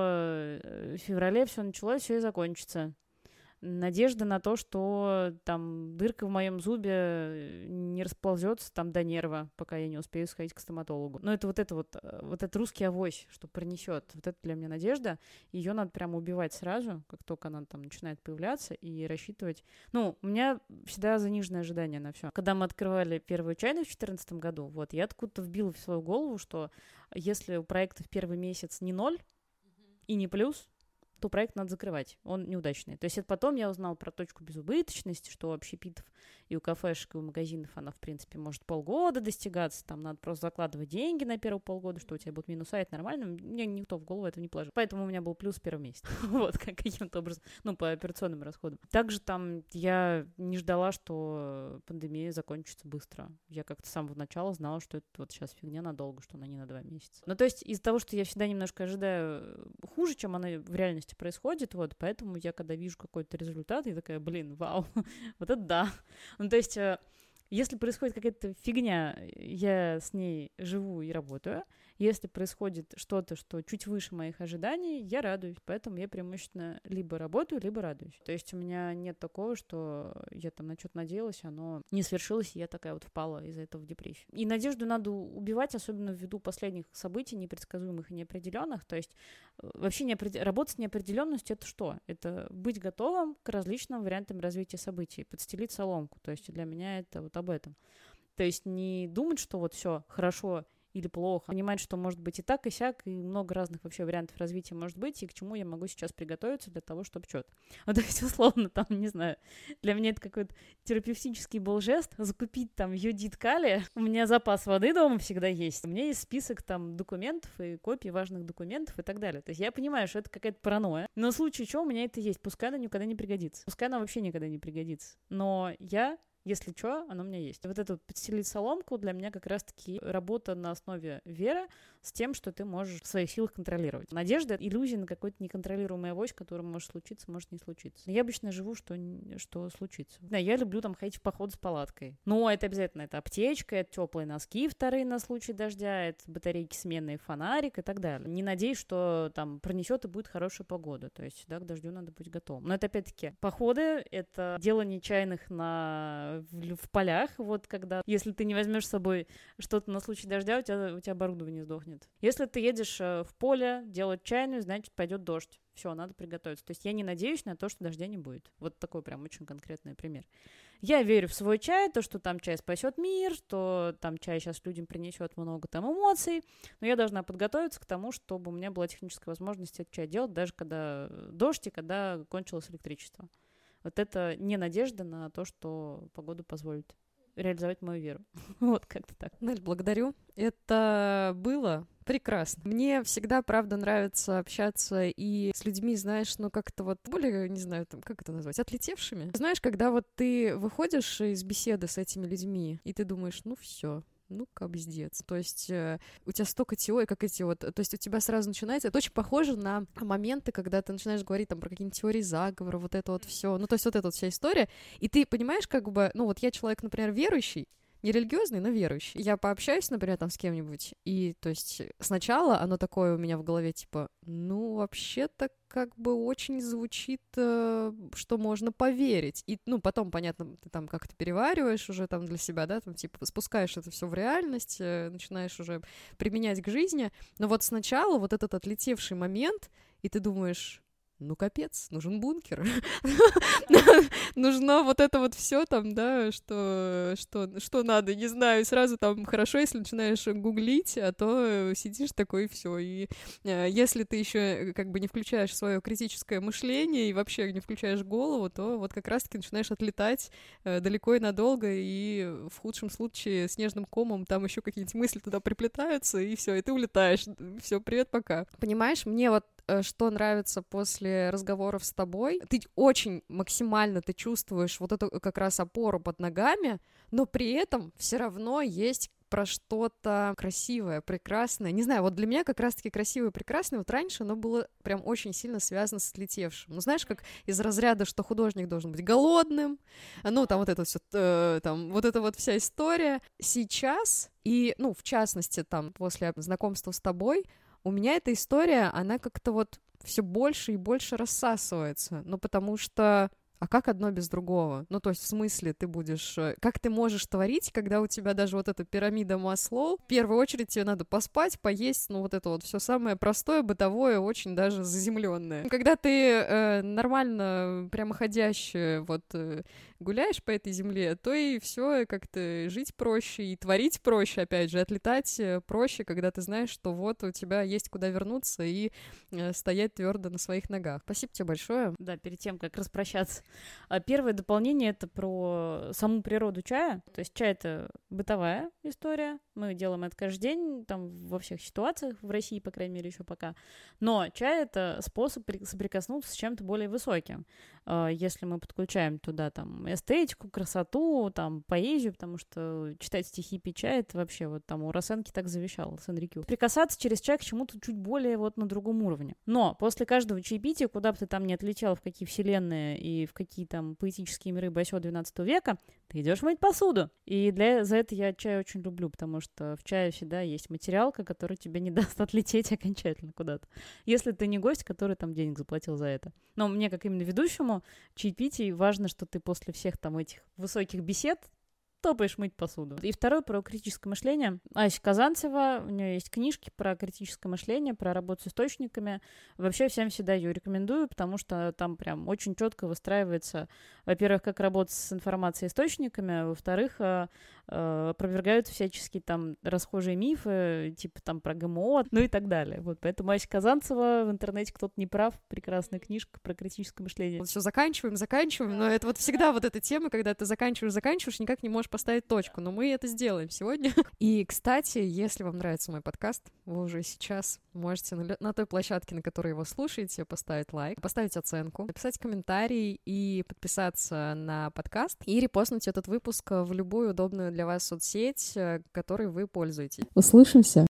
в феврале все началось, все и закончится. Надежда на то, что там дырка в моем зубе не расползется там до нерва, пока я не успею сходить к стоматологу. Но это вот это вот, вот этот русский авось, что пронесет. Вот это для меня надежда. Ее надо прямо убивать сразу, как только она там начинает появляться, и рассчитывать. Ну, у меня всегда заниженное ожидание на все. Когда мы открывали первую чайную в две тысячи четырнадцатом году, вот, я откуда-то вбила в свою голову, что если у проекта в первый месяц не ноль и не плюс, то проект надо закрывать, он неудачный. То есть это потом я узнала про точку безубыточности, что у общепитов и у кафешек, и у магазинов она, в принципе, может полгода достигаться, там надо просто закладывать деньги на первые полгода, что у тебя будут минуса, это нормально, мне никто в голову этого не положил. Поэтому у меня был плюс первый месяц, вот, как каким-то образом, ну, по операционным расходам. Также там я не ждала, что пандемия закончится быстро. Я как-то с самого начала знала, что это вот сейчас фигня надолго, что она не на два месяца. Ну, то есть из-за того, что я всегда немножко ожидаю хуже, чем она в реальности происходит, вот, поэтому я, когда вижу какой-то результат, я такая, блин, вау, вот это да. Ну, то есть Если происходит какая-то фигня, я с ней живу и работаю. Если происходит что-то, что чуть выше моих ожиданий, я радуюсь. Поэтому я преимущественно либо работаю, либо радуюсь. То есть у меня нет такого, что я там на что-то надеялась, оно не свершилось, и я такая вот впала из-за этого в депрессию. И надежду надо убивать, особенно ввиду последних событий, непредсказуемых и неопределенных. То есть вообще неопред... работать с неопределенностью — это что? Это быть готовым к различным вариантам развития событий, подстелить соломку. То есть для меня это вот об этом. То есть не думать, что вот все хорошо или плохо, понимать, что может быть и так, и сяк, и много разных вообще вариантов развития может быть, и к чему я могу сейчас приготовиться для того, чтобы что-то. Вот, то есть, условно, там, не знаю, для меня это какой-то терапевтический был жест, закупить там йодид калия. У меня запас воды дома всегда есть. У меня есть список там документов и копий важных документов и так далее. То есть я понимаю, что это какая-то паранойя, но в случае чего у меня это есть. Пускай она никогда не пригодится. Пускай она вообще никогда не пригодится. Но я... Если что, оно у меня есть. Вот это вот подстелить соломку для меня как раз-таки работа на основе веры с тем, что ты можешь в своих силах контролировать. Надежда — иллюзия на какой-то неконтролируемый авось, который может случиться, может не случиться. Я обычно живу, что, что случится. Да, я люблю там ходить в поход с палаткой. Но это обязательно это аптечка, это теплые носки вторые на случай дождя, это батарейки сменные, фонарик и так далее. Не надеюсь, что там пронесет и будет хорошая погода. То есть всегда к дождю надо быть готовым. Но это опять-таки походы, это дело нечаянных на В, в полях, вот когда, если ты не возьмешь с собой что-то на случай дождя, у тебя, у тебя оборудование сдохнет. Если ты едешь в поле делать чайную, значит, пойдет дождь. Все, надо приготовиться. То есть я не надеюсь на то, что дождя не будет. Вот такой прям очень конкретный пример. Я верю в свой чай, то, что там чай спасет мир, что там чай сейчас людям принесет много там эмоций, но я должна подготовиться к тому, чтобы у меня была техническая возможность этот чай делать, даже когда дождь и когда кончилось электричество. Вот это не надежда на то, что погода позволит реализовать мою веру. Вот как-то так. Нель, благодарю. Это было прекрасно. Мне всегда, правда, нравится общаться и с людьми, знаешь, ну как-то вот более, не знаю, там, как это назвать, отлетевшими. Знаешь, когда вот ты выходишь из беседы с этими людьми, и ты думаешь, ну все, ну, кобздец. То есть э, у тебя столько теорий, как эти вот... То есть у тебя сразу начинается... Это очень похоже на моменты, когда ты начинаешь говорить там про какие-нибудь теории заговора, вот это вот все. Ну, то есть вот эта вот вся история. И ты понимаешь, как бы... Ну, вот я человек, например, верующий, не религиозный, но верующий. Я пообщаюсь, например, там с кем-нибудь, и, то есть, сначала оно такое у меня в голове, типа, ну, вообще-то, как бы очень звучит, э, что можно поверить. И, ну, потом, понятно, ты там как-то перевариваешь уже там для себя, да, там, типа, спускаешь это все в реальность, э, начинаешь уже применять к жизни. Но вот сначала вот этот отлетевший момент, и ты думаешь... Ну, капец, нужен бункер. Нужно вот это вот все там, да, что, что, что надо, не знаю, сразу там хорошо, если начинаешь гуглить, а то сидишь такой и все. И э, если ты еще как бы не включаешь свое критическое мышление и вообще не включаешь голову, то вот как раз-таки начинаешь отлетать э, далеко и надолго, и в худшем случае снежным комом там еще какие-нибудь мысли туда приплетаются, и все, и ты улетаешь. Все, привет, пока. Понимаешь, мне вот что нравится после разговоров с тобой, ты очень максимально ты чувствуешь вот эту как раз опору под ногами, но при этом все равно есть про что-то красивое, прекрасное. Не знаю, вот для меня как раз-таки красивое и прекрасное, вот раньше оно было прям очень сильно связано с отлетевшим. Ну, знаешь, как из разряда, что художник должен быть голодным, ну, там вот это все, э, там, вот эта вот вся история. Сейчас, и, ну, в частности, там, после знакомства с тобой, у меня эта история, она как-то вот все больше и больше рассасывается. Ну, потому что... А как одно без другого? Ну, то есть, в смысле, ты будешь... Как ты можешь творить, когда у тебя даже вот эта пирамида Маслоу, в первую очередь тебе надо поспать, поесть, ну, вот это вот все самое простое, бытовое, очень даже заземленное. Когда ты э, нормально, прямоходяще вот э, гуляешь по этой земле, то и все как-то жить проще, и творить проще, опять же, отлетать проще, когда ты знаешь, что вот у тебя есть куда вернуться и э, стоять твердо на своих ногах. Спасибо тебе большое. Да, перед тем, как распрощаться. Первое дополнение — это про саму природу чая. То есть чай — это бытовая история. Мы делаем это каждый день, там, во всех ситуациях, в России, по крайней мере, еще пока. Но чай — это способ соприкоснуться с чем-то более высоким. Если мы подключаем туда, там, эстетику, красоту, там, поэзию, потому что читать стихи, пить чай — это вообще вот там у Росенки так завещал, Сен-Рикю. Прикасаться через чай к чему-то чуть более вот на другом уровне. Но после каждого чаепития, куда бы ты там ни отлетел, в какие вселенные и в какие там поэтические миры Басё двенадцатого века, ты идешь мыть посуду. И для, за это я чай очень люблю, потому что в чае всегда есть материалка, которая тебе не даст отлететь окончательно куда-то. Если ты не гость, который там денег заплатил за это. Но мне, как именно ведущему чаепитий, важно, что ты после всех там этих высоких бесед топаешь мыть посуду. И второе про критическое мышление. Ася Казанцева, у нее есть книжки про критическое мышление, про работу с источниками. Вообще всем всегда ее рекомендую, потому что там прям очень четко выстраивается, во-первых, как работать с информацией и источниками, а во-вторых, э, э, опровергаются всяческие там расхожие мифы, типа там про ГМО, ну и так далее. Вот, поэтому Ася Казанцева, в интернете кто-то не прав, прекрасная книжка про критическое мышление. Вот все заканчиваем, заканчиваем, но это вот всегда вот эта тема, когда ты заканчиваешь, заканчиваешь, никак не можешь поставить точку, но мы это сделаем сегодня. И, кстати, если вам нравится мой подкаст, вы уже сейчас можете на, на той площадке, на которой его слушаете, поставить лайк, поставить оценку, написать комментарий и подписаться на подкаст и репостнуть этот выпуск в любую удобную для вас соцсеть, которой вы пользуетесь. Услышимся!